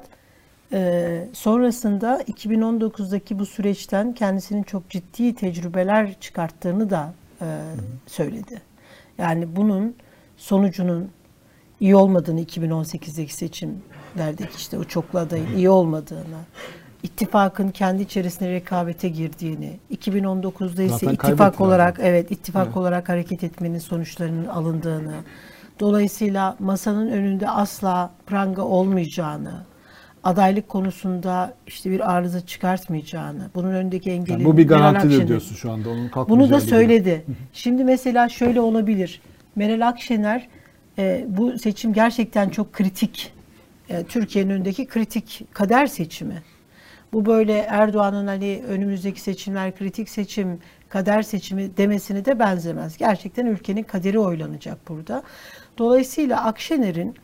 e, sonrasında iki bin on dokuzdaki bu süreçten kendisinin çok ciddi tecrübeler çıkarttığını da e, söyledi. Yani bunun sonucunun iyi olmadığını iki bin on sekizdeki seçimlerdeki işte o çoklu adayın iyi olmadığını, ittifakın kendi içerisinde rekabete girdiğini, iki bin on dokuzda ise Zaten ittifak kaybettiler olarak zaten. evet ittifak olarak hareket etmenin sonuçlarının alındığını, dolayısıyla masanın önünde asla pranga olmayacağını, adaylık konusunda işte bir arıza çıkartmayacağını, bunun önündeki engelin Yani bu bir Meral garantidir Akşener- diyorsun şu anda. Onun Bunu kalkmayacağı da bir durum. söyledi. Şimdi mesela şöyle olabilir. Meral Akşener e, bu seçim gerçekten çok kritik. E, Türkiye'nin önündeki kritik kader seçimi. Bu böyle Erdoğan'ın hani önümüzdeki seçimler kritik seçim, kader seçimi demesine de benzemez. Gerçekten ülkenin kaderi oylanacak burada. Dolayısıyla Akşener'in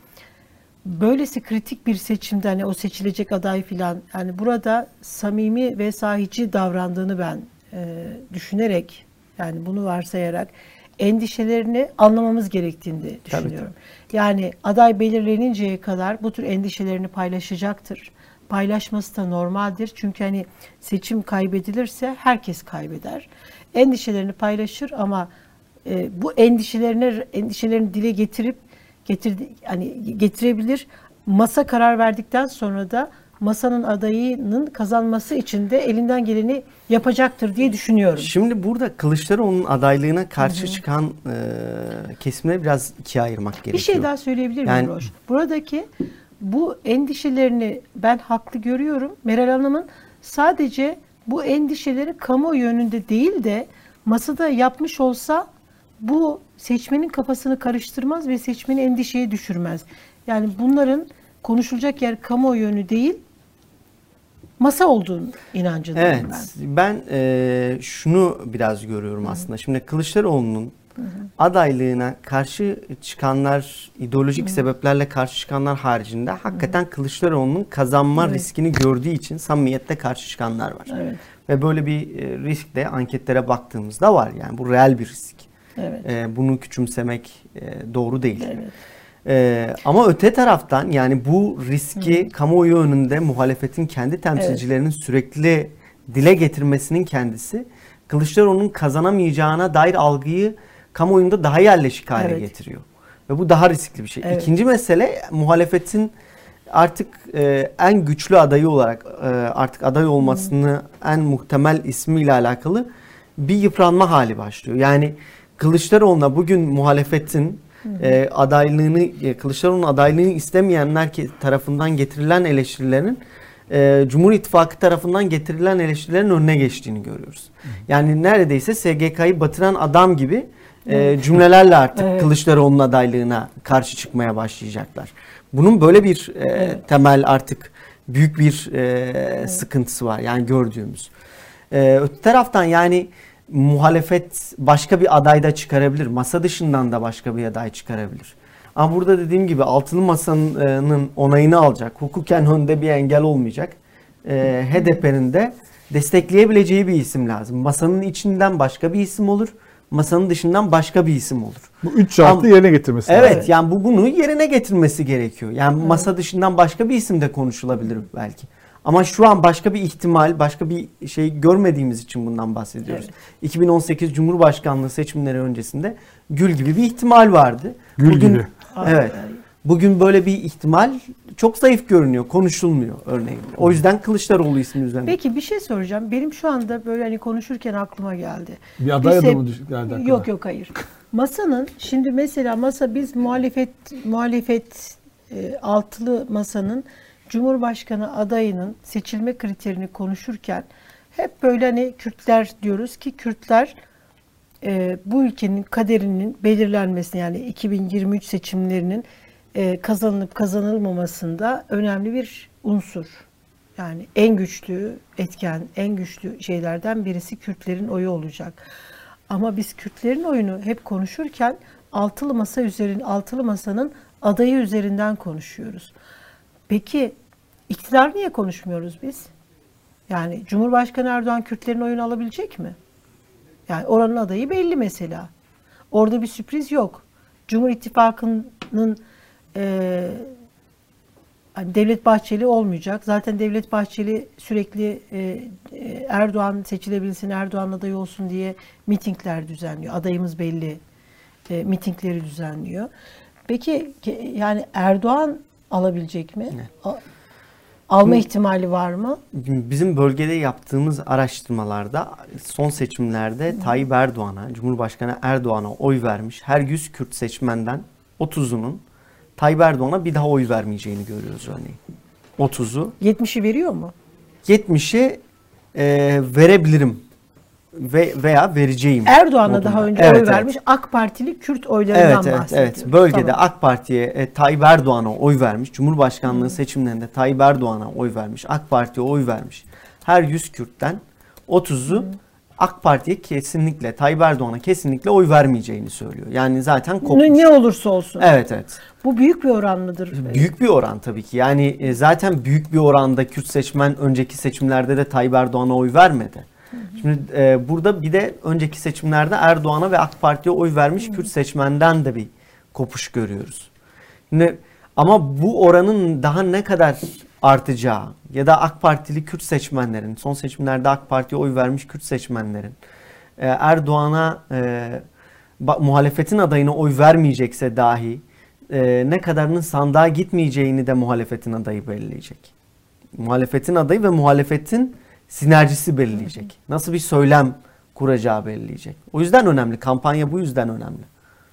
böylesi kritik bir seçimde hani o seçilecek aday filan yani burada samimi ve sahici davrandığını ben e, düşünerek yani bunu varsayarak endişelerini anlamamız gerektiğini de düşünüyorum. Yani aday belirleninceye kadar bu tür endişelerini paylaşacaktır. Paylaşması da normaldir. Çünkü hani seçim kaybedilirse herkes kaybeder. Endişelerini paylaşır ama e, bu endişelerini endişelerini dile getirip getirdi hani getirebilir. Masa karar verdikten sonra da masanın adayının kazanması için de elinden geleni yapacaktır diye düşünüyorum. Şimdi burada Kılıçdaroğlu'nun adaylığına karşı çıkan e, kesimleri biraz ikiye ayırmak gerekiyor. Bir şey daha söyleyebilir miyim Yani- Roş? Buradaki bu endişelerini ben haklı görüyorum. Meral Hanım'ın sadece bu endişeleri kamuoyu yönünde değil de masada yapmış olsa bu seçmenin kafasını karıştırmaz ve seçmeni endişeye düşürmez. Yani bunların konuşulacak yer kamuoyu yönü değil, masa olduğunu inancındayım Evet, ben. ben e, şunu biraz görüyorum aslında. Şimdi Kılıçdaroğlu'nun adaylığına karşı çıkanlar, ideolojik sebeplerle karşı çıkanlar haricinde hakikaten Kılıçdaroğlu'nun kazanma Evet. riskini gördüğü için samimiyetle karşı çıkanlar var. Evet, Ve böyle bir e, risk de anketlere baktığımızda var. Yani bu reel bir risk. evet, E, bunu küçümsemek e, doğru değil. evet. Ee, ama öte taraftan yani bu riski kamuoyu önünde muhalefetin kendi temsilcilerinin sürekli dile getirmesinin kendisi Kılıçdaroğlu'nun kazanamayacağına dair algıyı kamuoyunda daha yerleşik hale Evet. getiriyor. Ve bu daha riskli bir şey. Evet. İkinci mesele muhalefetin artık e, en güçlü adayı olarak e, artık aday olmasını en muhtemel ismiyle alakalı bir yıpranma hali başlıyor. Yani Kılıçdaroğlu'na bugün muhalefetin e, adaylığını, e, Kılıçdaroğlu'nun adaylığını istemeyenler ki, tarafından getirilen eleştirilerin e, Cumhur İttifakı tarafından getirilen eleştirilerin önüne geçtiğini görüyoruz. Hı. Yani neredeyse S G K'yı batıran adam gibi e, cümlelerle artık evet. Kılıçdaroğlu'nun adaylığına karşı çıkmaya başlayacaklar. Bunun böyle bir e, evet. temel artık büyük bir e, evet. sıkıntısı var yani gördüğümüz. E, öte taraftan yani muhalefet başka bir aday da çıkarabilir. Masa dışından da başka bir aday çıkarabilir. Ama burada dediğim gibi altılı masanın onayını alacak. Hukuken önünde bir engel olmayacak. E, H D P'nin de destekleyebileceği bir isim lazım. Masanın içinden başka bir isim olur. Masanın dışından başka bir isim olur. Bu üç şartı Ama, yerine getirmesi evet, lazım. Evet yani bu bunu yerine getirmesi gerekiyor. Yani evet. masa dışından başka bir isim de konuşulabilir belki. Ama şu an başka bir ihtimal, başka bir şey görmediğimiz için bundan bahsediyoruz. Evet. iki bin on sekiz Cumhurbaşkanlığı seçimleri öncesinde Gül gibi bir ihtimal vardı. Gül bugün, gibi. Evet. Bugün böyle bir ihtimal çok zayıf görünüyor, konuşulmuyor örneğin. O yüzden Kılıçdaroğlu ismi üzerine. Peki bir şey soracağım. Benim şu anda böyle hani konuşurken aklıma geldi. Bir aday adamı geldi. Yok yok hayır. Masanın şimdi mesela masa biz muhalefet muhalefet e, altılı masanın Cumhurbaşkanı adayının seçilme kriterini konuşurken hep böyle hani Kürtler diyoruz ki Kürtler e, bu ülkenin kaderinin belirlenmesine yani iki bin yirmi üç seçimlerinin e, kazanılıp kazanılmamasında önemli bir unsur. Yani en güçlü etken, en güçlü şeylerden birisi Kürtlerin oyu olacak. Ama biz Kürtlerin oyunu hep konuşurken altılı masa üzerinde altılı masanın adayı üzerinden konuşuyoruz. Peki iktidar niye konuşmuyoruz biz? Yani Cumhurbaşkanı Erdoğan Kürtlerin oyunu alabilecek mi? Yani oranın adayı belli mesela. Orada bir sürpriz yok. Cumhur İttifakı'nın e, hani Devlet Bahçeli olmayacak. Zaten Devlet Bahçeli sürekli e, Erdoğan seçilebilsin, Erdoğan adayı olsun diye mitingler düzenliyor. Adayımız belli e, mitingleri düzenliyor. Peki yani Erdoğan alabilecek mi? Ne? Alma ihtimali var mı? Bizim bölgede yaptığımız araştırmalarda son seçimlerde Tayyip Erdoğan'a, Cumhurbaşkanı Erdoğan'a oy vermiş her yüz Kürt seçmenden otuzunun Tayyip Erdoğan'a bir daha oy vermeyeceğini görüyoruz örneğin. otuzu. yetmişi veriyor mu? yetmişi e, verebilirim ve veya vereceğim. Erdoğan'a daha önce evet, oy vermiş evet. AK Partili Kürt oylarından evet, evet, bahsediyoruz. Evet, bölgede tamam. AK Parti'ye e, Tayyip Erdoğan'a oy vermiş. Cumhurbaşkanlığı hmm. seçimlerinde Tayyip Erdoğan'a oy vermiş. AK Parti'ye oy vermiş. Her yüz Kürt'ten otuzu hmm. AK Parti'ye kesinlikle, Tayyip Erdoğan'a kesinlikle oy vermeyeceğini söylüyor. Yani zaten kopmuş. Ne, ne olursa olsun. Evet, evet. Bu büyük bir oran mıdır? Büyük bir oran tabii ki. Yani zaten büyük bir oranda Kürt seçmen önceki seçimlerde de Tayyip Erdoğan'a oy vermedi. Hı hı. Şimdi e, burada bir de önceki seçimlerde Erdoğan'a ve AK Parti'ye oy vermiş hı hı. Kürt seçmenden de bir kopuş görüyoruz. Şimdi, ama bu oranın daha ne kadar artacağı ya da AK Partili Kürt seçmenlerin, son seçimlerde AK Parti'ye oy vermiş Kürt seçmenlerin e, Erdoğan'a e, muhalefetin adayına oy vermeyecekse dahi e, ne kadarının sandığa gitmeyeceğini de muhalefetin adayı belirleyecek. Muhalefetin adayı ve muhalefetin sinerjisi belirleyecek. Nasıl bir söylem kuracağı belirleyecek. O yüzden önemli. Kampanya bu yüzden önemli.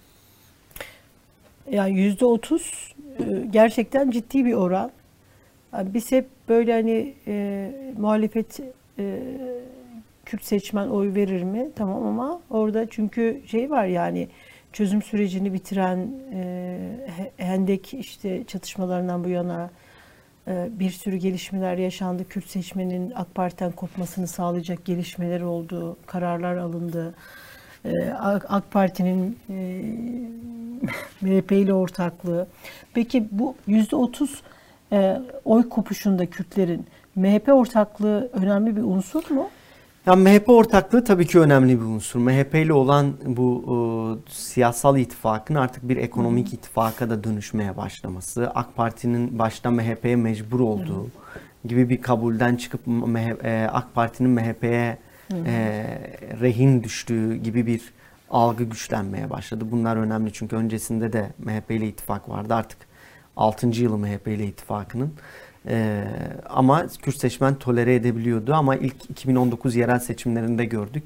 Yani yüzde otuz gerçekten ciddi bir oran. Yani biz hep böyle hani e, muhalefet e, Kürt seçmen oy verir mi? Tamam ama orada çünkü şey var yani çözüm sürecini bitiren e, Hendek işte çatışmalarından bu yana e, bir sürü gelişmeler yaşandı. Kürt seçmenin AK Parti'den kopmasını sağlayacak gelişmeler oldu. Kararlar alındı. E, AK Parti'nin e, M H P ile ortaklığı. Peki bu yüzde otuz e, oy kopuşunda Kürtlerin M H P ortaklığı önemli bir unsur mu? Ya M H P ortaklığı tabii ki önemli bir unsur. M H P ile olan bu e, siyasal ittifakın artık bir ekonomik ittifaka da dönüşmeye başlaması, AK Parti'nin başta M H P'ye mecbur olduğu Hı. gibi bir kabulden çıkıp e, AK Parti'nin M H P'ye e, rehin düştüğü gibi bir algı güçlenmeye başladı. Bunlar önemli çünkü öncesinde de M H P ile ittifak vardı. Artık altıncı yılı M H P ile ittifakının. Ee, ama Kürt seçmen tolere edebiliyordu ama ilk iki bin on dokuz yerel seçimlerinde gördük.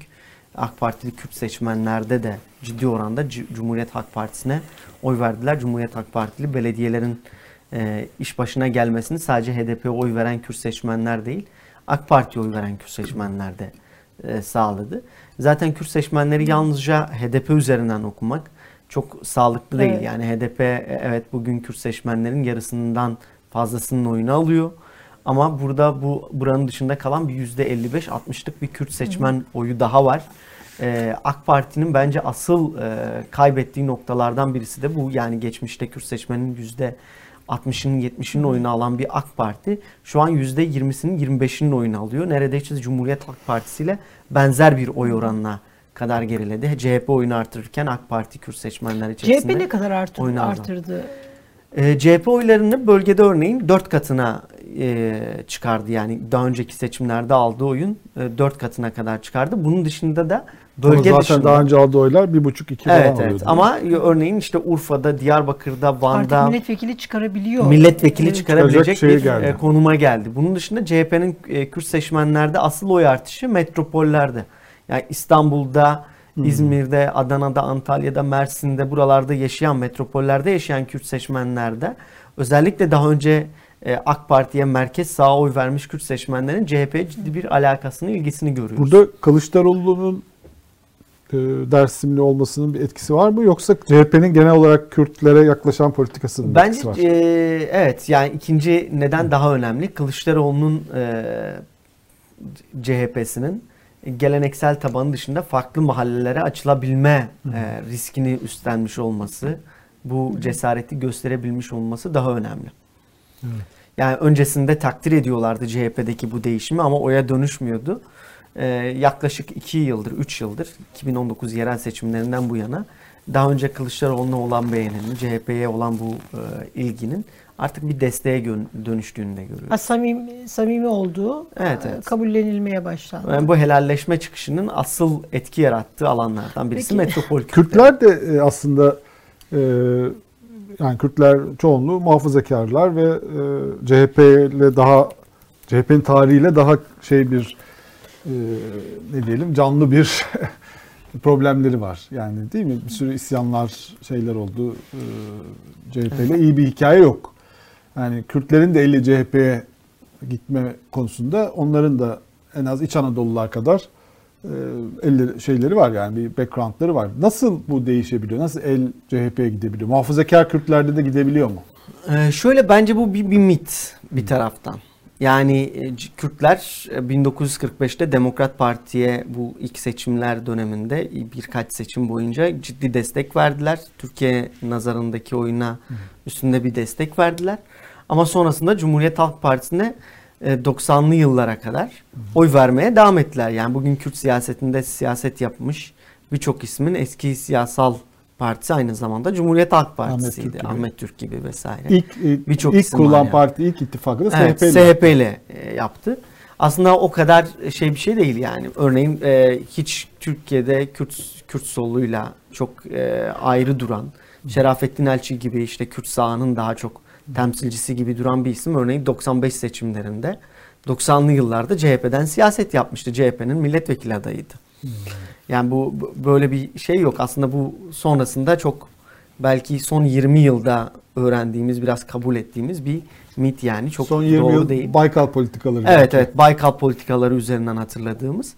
AK Partili Kürt seçmenlerde de ciddi oranda Cumhuriyet Halk Partisi'ne oy verdiler. Cumhuriyet Halk Partili belediyelerin e, iş başına gelmesini sadece H D P'ye oy veren Kürt seçmenler değil, AK Parti'ye oy veren Kürt seçmenler de e, sağladı. Zaten Kürt seçmenleri yalnızca H D P üzerinden okumak çok sağlıklı değil. Evet. Yani H D P evet bugün Kürt seçmenlerin yarısından fazlasının oyunu alıyor. Ama burada bu buranın dışında kalan bir yüzde elli beş altmışlık bir Kürt seçmen hı hı. oyu daha var. Ee, AK Parti'nin bence asıl e, kaybettiği noktalardan birisi de bu. Yani geçmişte Kürt seçmenin yüzde altmışının yetmişinin oyunu alan bir AK Parti şu an yüzde yirmisinin yirmi beşinin oyunu alıyor. Neredeyse Cumhuriyet Halk Partisi ile benzer bir oy oranına kadar geriledi. C H P oyunu artırırken AK Parti Kürt seçmenler içerisinde C H P ne kadar artırdı? artırdı? E, C H P oylarını bölgede örneğin dört katına e, çıkardı. Yani daha önceki seçimlerde aldığı oyun e, dört katına kadar çıkardı. Bunun dışında da bölge ama zaten dışında. daha önce aldığı oylar bir buçuk iki evet, falan evet. alıyordu. Ama örneğin işte Urfa'da, Diyarbakır'da, Van'da artık milletvekili çıkarabiliyor. Milletvekili evet. çıkarabilecek bir geldi. E, konuma geldi. Bunun dışında C H P'nin e, Kürt seçmenlerde asıl oy artışı metropollerde. Yani İstanbul'da, hmm. İzmir'de, Adana'da, Antalya'da, Mersin'de buralarda yaşayan, metropollerde yaşayan Kürt seçmenlerde özellikle daha önce e, AK Parti'ye merkez sağa oy vermiş Kürt seçmenlerin C H P'ye ciddi bir alakasını, ilgisini görüyoruz. Burada Kılıçdaroğlu'nun e, Dersimli olmasının bir etkisi var mı? Yoksa C H P'nin genel olarak Kürtlere yaklaşan politikasının bir Bence, etkisi var? Bence e, evet, yani ikinci neden daha önemli. Kılıçdaroğlu'nun e, C H P'sinin geleneksel tabanı dışında farklı mahallelere açılabilme e, riskini üstlenmiş olması, bu cesareti gösterebilmiş olması daha önemli. Evet. Yani öncesinde takdir ediyorlardı C H P'deki bu değişimi ama oya dönüşmüyordu. Ee, yaklaşık iki yıldır, üç yıldır iki bin on dokuz yerel seçimlerinden bu yana daha önce Kılıçdaroğlu'na olan beğeninin, C H P'ye olan bu e, ilginin artık bir desteğe dönüştüğünü de görüyoruz. Ha, samimi, samimi olduğu evet, evet. kabullenilmeye başlandı. Yani bu helalleşme çıkışının asıl etki yarattığı alanlardan birisi Peki. metropol Kürtler. Kürtler de aslında e, yani Kürtler çoğunluğu muhafazakarlar ve e, C H P ile daha C H P'nin tarihiyle daha şey bir e, ne diyelim canlı bir problemleri var. Yani değil mi? Bir sürü isyanlar şeyler oldu. E, C H P ile iyi bir hikaye yok. Yani Kürtlerin de eli C H P'ye gitme konusunda onların da en az İç Anadolular kadar e, elleri, şeyleri var yani bir backgroundları var. Nasıl bu değişebiliyor? Nasıl el C H P'ye gidebiliyor? Muhafazakar Kürtlerde de gidebiliyor mu? Ee, şöyle bence bu bir, bir mit bir taraftan. Yani e, Kürtler bin dokuz yüz kırk beşte Demokrat Parti'ye bu ilk seçimler döneminde birkaç seçim boyunca ciddi destek verdiler. Türkiye nazarındaki oyuna üstünde bir destek verdiler. Ama sonrasında Cumhuriyet Halk Partisi'ne doksanlı yıllara kadar oy vermeye devam ettiler. Yani bugün Kürt siyasetinde siyaset yapmış birçok ismin eski siyasal partisi aynı zamanda Cumhuriyet Halk Partisi'ydi. Ahmet Türk gibi, Ahmet Türk gibi vesaire. İlk, ilk, ilk kurulan yani. Parti, ilk ittifakı da evet, S H P ile. S H P ile yaptı. Aslında o kadar şey bir şey değil yani. Örneğin e, hiç Türkiye'de Kürt, Kürt soluyla çok e, ayrı duran, Şerafettin Elçi gibi işte Kürt sağının daha çok temsilcisi gibi duran bir isim örneğin doksan beş seçimlerinde doksanlı yıllarda C H P'den siyaset yapmıştı. C H P'nin milletvekili adayıydı. Hmm. Yani bu böyle bir şey yok. Aslında bu sonrasında çok belki son yirmi yılda öğrendiğimiz, biraz kabul ettiğimiz bir mit yani. Çok son yirmi doğru yıl değil. Baykal politikaları. Evet belki. evet Baykal politikaları üzerinden hatırladığımız.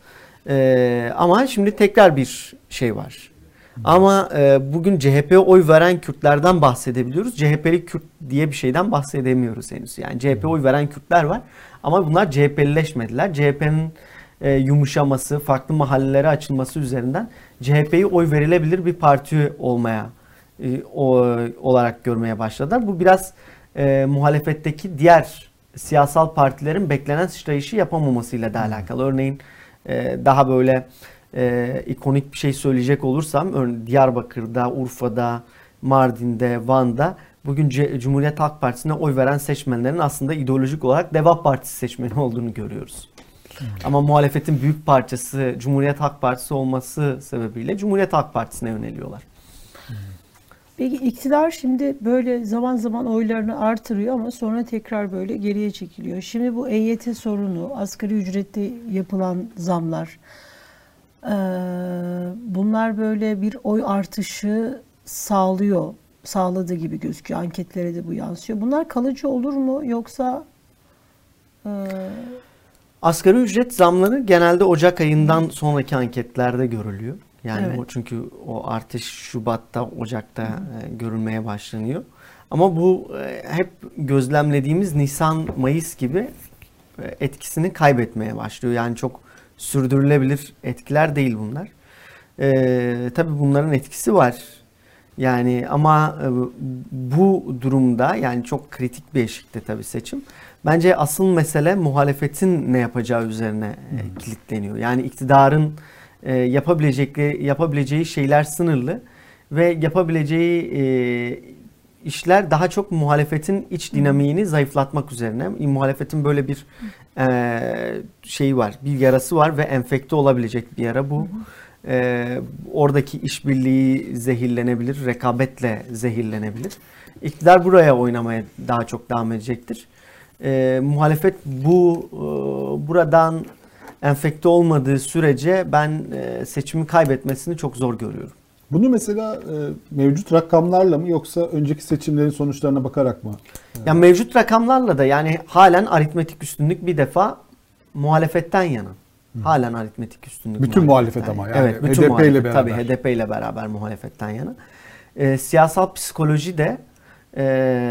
Ee, ama şimdi tekrar bir şey var. Ama e, bugün C H P'ye oy veren Kürtlerden bahsedebiliyoruz. C H P'li Kürt diye bir şeyden bahsedemiyoruz henüz. Yani C H P'ye oy veren Kürtler var ama bunlar C H P'lileşmediler. C H P'nin e, yumuşaması, farklı mahallelere açılması üzerinden C H P'yi oy verilebilir bir parti olmaya e, o, olarak görmeye başladılar. Bu biraz e, muhalefetteki diğer siyasal partilerin beklenen sıçrayışı yapamamasıyla da alakalı. Örneğin e, daha böyle e, ikonik bir şey söyleyecek olursam örneğin Diyarbakır'da, Urfa'da, Mardin'de, Van'da bugün C- Cumhuriyet Halk Partisi'ne oy veren seçmenlerin aslında ideolojik olarak Deva Partisi seçmeni olduğunu görüyoruz. Hmm. Ama muhalefetin büyük parçası Cumhuriyet Halk Partisi olması sebebiyle Cumhuriyet Halk Partisi'ne yöneliyorlar. Hmm. Peki iktidar şimdi böyle zaman zaman oylarını artırıyor ama sonra tekrar böyle geriye çekiliyor. Şimdi bu E Y T sorunu, asgari ücrette yapılan zamlar, Ee, bunlar böyle bir oy artışı sağlıyor, sağladığı gibi gözüküyor. Anketlere de bu yansıyor. Bunlar kalıcı olur mu yoksa e, Asgari ücret zamları genelde Ocak ayından sonraki anketlerde görülüyor. Yani Evet. o çünkü o artış Şubat'ta, Ocak'ta e, görülmeye başlanıyor. Ama bu e, hep gözlemlediğimiz Nisan, Mayıs gibi e, etkisini kaybetmeye başlıyor. Yani çok sürdürülebilir etkiler değil bunlar. E, tabii bunların etkisi var. Yani ama e, bu durumda yani çok kritik bir eşikte tabii seçim. Bence asıl mesele muhalefetin ne yapacağı üzerine e, kilitleniyor. Yani iktidarın e, yapabilecekleri, yapabileceği şeyler sınırlı ve yapabileceği e, işler daha çok muhalefetin iç dinamiğini zayıflatmak üzerine. Muhalefetin böyle bir e, şeyi var, bir yarası var ve enfekte olabilecek bir yara bu. E, oradaki işbirliği zehirlenebilir, rekabetle zehirlenebilir. İktidar buraya oynamaya daha çok devam edecektir. E, muhalefet bu e, buradan enfekte olmadığı sürece ben e, seçimi kaybetmesini çok zor görüyorum. Bunu mesela e, mevcut rakamlarla mı yoksa önceki seçimlerin sonuçlarına bakarak mı? Yani mevcut rakamlarla da yani halen aritmetik üstünlük bir defa muhalefetten yana. Halen aritmetik üstünlük. Bütün muhalefet ama yani evet, bütün H D P ile muhalefet, beraber. tabii H D P ile beraber muhalefetten yana. E, siyasal psikoloji de e,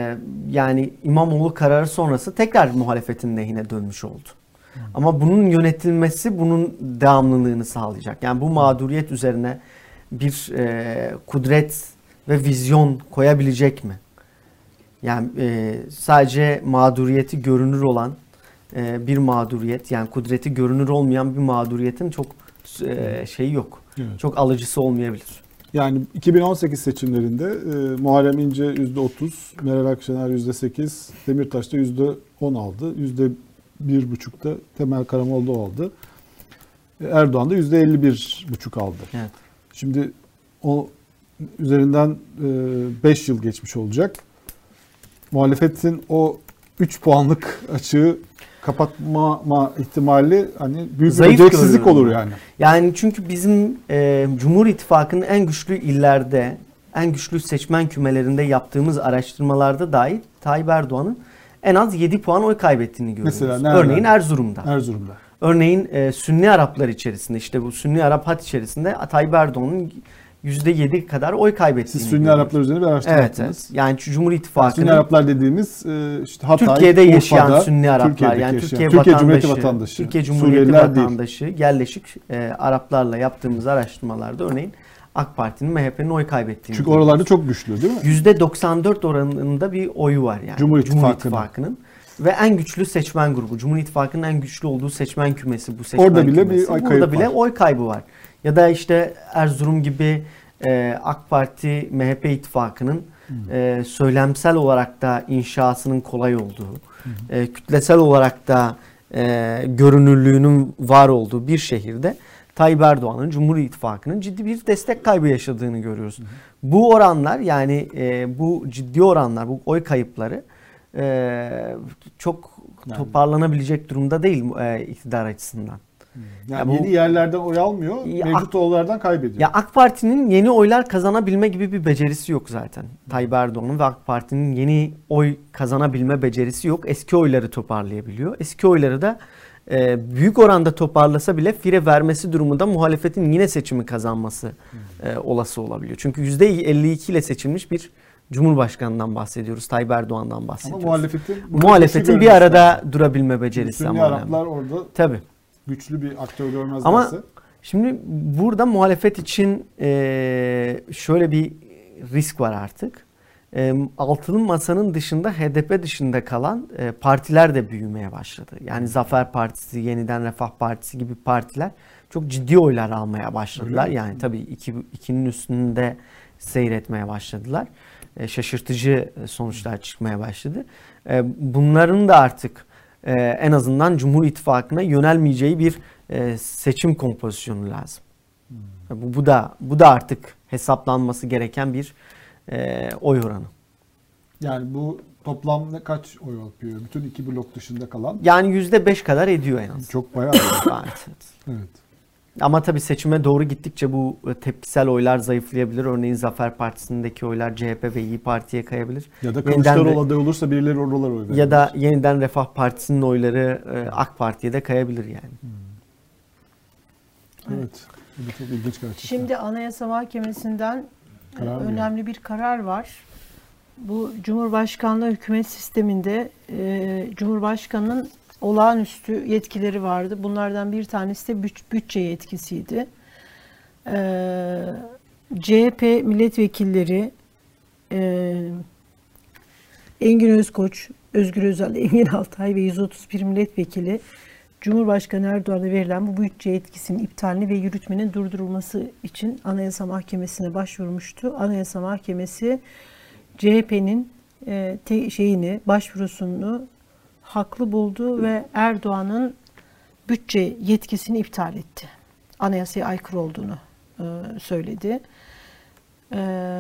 yani İmamoğlu kararı sonrası tekrar muhalefetin lehine dönmüş oldu. Hmm. Ama bunun yönetilmesi bunun devamlılığını sağlayacak. Yani bu mağduriyet üzerine bir e, kudret ve vizyon koyabilecek mi? Yani e, sadece mağduriyeti görünür olan e, bir mağduriyet, yani kudreti görünür olmayan bir mağduriyetin çok e, şeyi yok. Evet. Çok alıcısı olmayabilir. Yani iki bin on sekiz seçimlerinde e, Muharrem İnce yüzde otuz, Meral Akşener yüzde sekiz, Demirtaş da yüzde on aldı. yüzde bir buçukta Temel Karamollaoğlu aldı. E, Erdoğan da yüzde elli bir buçuk aldı. Evet. Şimdi o üzerinden beş yıl geçmiş olacak. Muhalefetin o üç puanlık açığı kapatma ihtimali hani büyük bir beceriksizlik olur yani. Yani çünkü bizim e, Cumhur İttifakı'nın en güçlü illerde, en güçlü seçmen kümelerinde yaptığımız araştırmalarda dahi Tayyip Erdoğan'ın en az yedi puan oy kaybettiğini görüyoruz. Mesela nerede? Örneğin Erzurum'da. Erzurum'da. Örneğin e, Sünni Araplar içerisinde, işte bu Sünni Arap hat içerisinde Tayyip Erdoğan'ın yüzde yedi kadar oy kaybettiğini Siz Sünni görüyoruz. Araplar üzerine bir araştırma evet, yaptınız. evet. Yani Cumhur İttifakı'nın Sünni Araplar dediğimiz işte Hatay, Türkiye'de yaşayan Urfa'da, Sünni Araplar, Türkiye'deki yani yaşayan, Türkiye, Türkiye vatandaşı, Cumhuriyeti vatandaşı, Türkiye Cumhuriyeti Suriyeliler değil. vatandaşı, yerleşik e, Araplarla yaptığımız araştırmalarda örneğin AK Parti'nin, M H P'nin oy kaybettiğini Çünkü görüyoruz. oralarda çok güçlü değil mi? yüzde doksan dört oranında bir oyu var yani. Cumhur Cumhur İttifakı'nın. İttifakı'nın. Ve en güçlü seçmen grubu. Cumhur İttifakı'nın en güçlü olduğu seçmen kümesi bu seçmen Orada bile kümesi. bir oy Burada kaybı bile var. oy kaybı var. Ya da işte Erzurum gibi e, AK Parti, M H P ittifakının hmm. e, söylemsel olarak da inşasının kolay olduğu, hmm. e, kütlesel olarak da e, görünürlüğünün var olduğu bir şehirde Tayyip Erdoğan'ın, Cumhur İttifakı'nın ciddi bir destek kaybı yaşadığını görüyoruz. Hmm. Bu oranlar, yani e, bu ciddi oranlar, bu oy kayıpları e, çok yani toparlanabilecek durumda değil e, iktidar açısından. Yani ya bu, yeni yerlerden oy almıyor, ya, mevcut oylardan kaybediyor. Ya AK Parti'nin yeni oylar kazanabilme gibi bir becerisi yok zaten. Tayyip Erdoğan'ın ve AK Parti'nin yeni oy kazanabilme becerisi yok. Eski oyları toparlayabiliyor. Eski oyları da e, büyük oranda toparlasa bile fire vermesi durumunda muhalefetin yine seçimi kazanması e, olası olabiliyor. Çünkü yüzde elli iki ile seçilmiş bir Cumhurbaşkanı'ndan bahsediyoruz. Tayyip Erdoğan'dan bahsediyoruz. Ama muhalefetin, muhalefetin bir arada yani durabilme becerisi. Sünni ama Araplar önemli. orada tabii güçlü bir aktör görmezlerse. Ama şimdi burada muhalefet için e, şöyle bir risk var artık. E, altılı masanın dışında, H D P dışında kalan e, partiler de büyümeye başladı. Yani Zafer Partisi, Yeniden Refah Partisi gibi partiler çok ciddi oylar almaya başladılar. Yani tabii iki, ikinin üstünde seyretmeye başladılar. E, şaşırtıcı sonuçlar çıkmaya başladı. E, bunların da artık e, en azından Cumhur İttifakı'na yönelmeyeceği bir e, seçim kompozisyonu lazım. Hmm. Bu, bu da bu da artık hesaplanması gereken bir e, oy oranı. Yani bu toplam ne kaç oy yapıyor? Bütün iki blok dışında kalan. Yani yüzde beş kadar ediyor en az. Çok bayağı. evet. Evet. Ama tabii seçime doğru gittikçe bu tepkisel oylar zayıflayabilir. Örneğin Zafer Partisi'ndeki oylar C H P ve İYİ Parti'ye kayabilir. Ya da Yeniden Kılıçdaroğlu re- aday olursa birileri oralara oy verir. Ya da yeniden Refah Partisi'nin oyları e, AK Parti'ye de kayabilir yani. Evet. Bu çok ilginç gerçekten. Şimdi Anayasa Mahkemesi'nden Karar mı önemli bir karar var. Bu Cumhurbaşkanlığı hükümet sisteminde e, Cumhurbaşkanı'nın olağanüstü yetkileri vardı. Bunlardan bir tanesi de büt- bütçe yetkisiydi. E, C H P milletvekilleri e, Engin Özkoç, Özgür Özel, Engin Altay ve yüz otuz bir milletvekili Cumhurbaşkanı Erdoğan'a verilen bu bütçe yetkisinin iptalini ve yürütmenin durdurulması için Anayasa Mahkemesi'ne başvurmuştu. Anayasa Mahkemesi C H P'nin e, te, şeyini, başvurusunu haklı buldu ve Erdoğan'ın bütçe yetkisini iptal etti. Anayasaya aykırı olduğunu e, söyledi. E,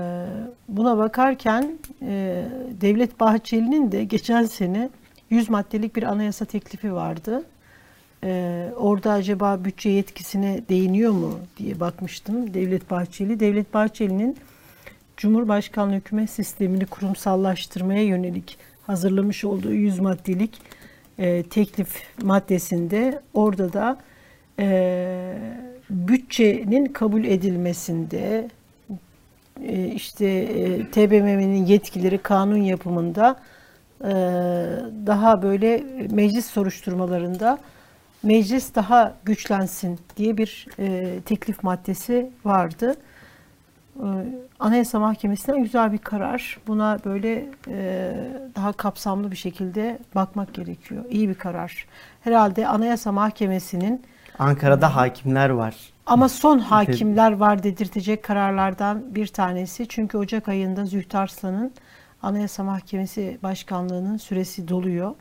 buna bakarken e, Devlet Bahçeli'nin de geçen sene yüz maddelik bir anayasa teklifi vardı. Ee, orada acaba bütçe yetkisine değiniyor mu diye bakmıştım. Devlet Bahçeli. Devlet Bahçeli'nin Cumhurbaşkanlığı hükümet sistemini kurumsallaştırmaya yönelik hazırlamış olduğu yüz maddelik e, teklif maddesinde orada da e, bütçenin kabul edilmesinde e, işte e, T B M M'nin yetkileri kanun yapımında e, daha böyle meclis soruşturmalarında meclis daha güçlensin diye bir e, teklif maddesi vardı. E, Anayasa Mahkemesi'nden güzel bir karar. Buna böyle e, daha kapsamlı bir şekilde bakmak gerekiyor. İyi bir karar. Herhalde Anayasa Mahkemesi'nin Ankara'da hakimler var. ama son hakimler var dedirtecek kararlardan bir tanesi. Çünkü Ocak ayında Zühtü Arslan'ın Anayasa Mahkemesi Başkanlığı'nın süresi doluyor.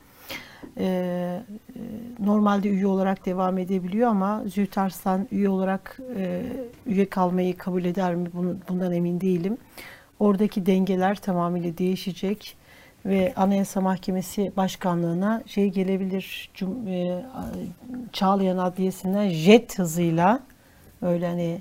Ee, normalde üye olarak devam edebiliyor ama Zühtü Arslan üye olarak e, üye kalmayı kabul eder mi? Bunu, bundan emin değilim. Oradaki dengeler tamamıyla değişecek ve Anayasa Mahkemesi Başkanlığı'na şey gelebilir. Cum, e, Çağlayan Adliyesi'nden jet hızıyla öyle hani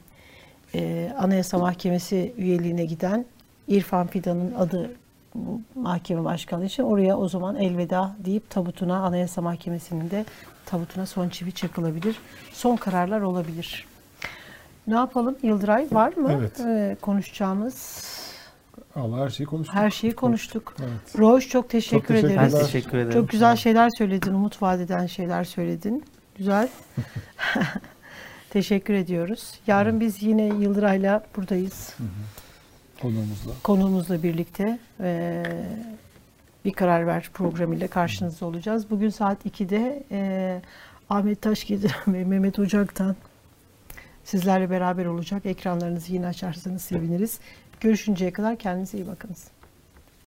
e, Anayasa Mahkemesi üyeliğine giden İrfan Fidan'ın adı bu mahkeme başkanlığı için oraya o zaman elveda deyip tabutuna, Anayasa Mahkemesi'nin de tabutuna son çivi çakılabilir. Son kararlar olabilir. Ne yapalım? Yıldıray var mı? Evet. Ee, konuşacağımız? Allah her şeyi konuştuk. Her şeyi konuştuk. Evet. Roş çok teşekkür, Çok teşekkür ederiz. Ben teşekkür ederim. Çok güzel şeyler söyledin. Umut vaat eden şeyler söyledin. Güzel. Teşekkür ediyoruz. Yarın biz yine Yıldıray'la buradayız. Hı hı. Konuğumuzla. Konuğumuzla birlikte e, bir karar ver programıyla karşınızda olacağız. Bugün saat ikide e, Ahmet Taşgil ve Mehmet Ocak'tan sizlerle beraber olacak. Ekranlarınızı yine açarsanız seviniriz. Görüşünceye kadar kendinize iyi bakınız.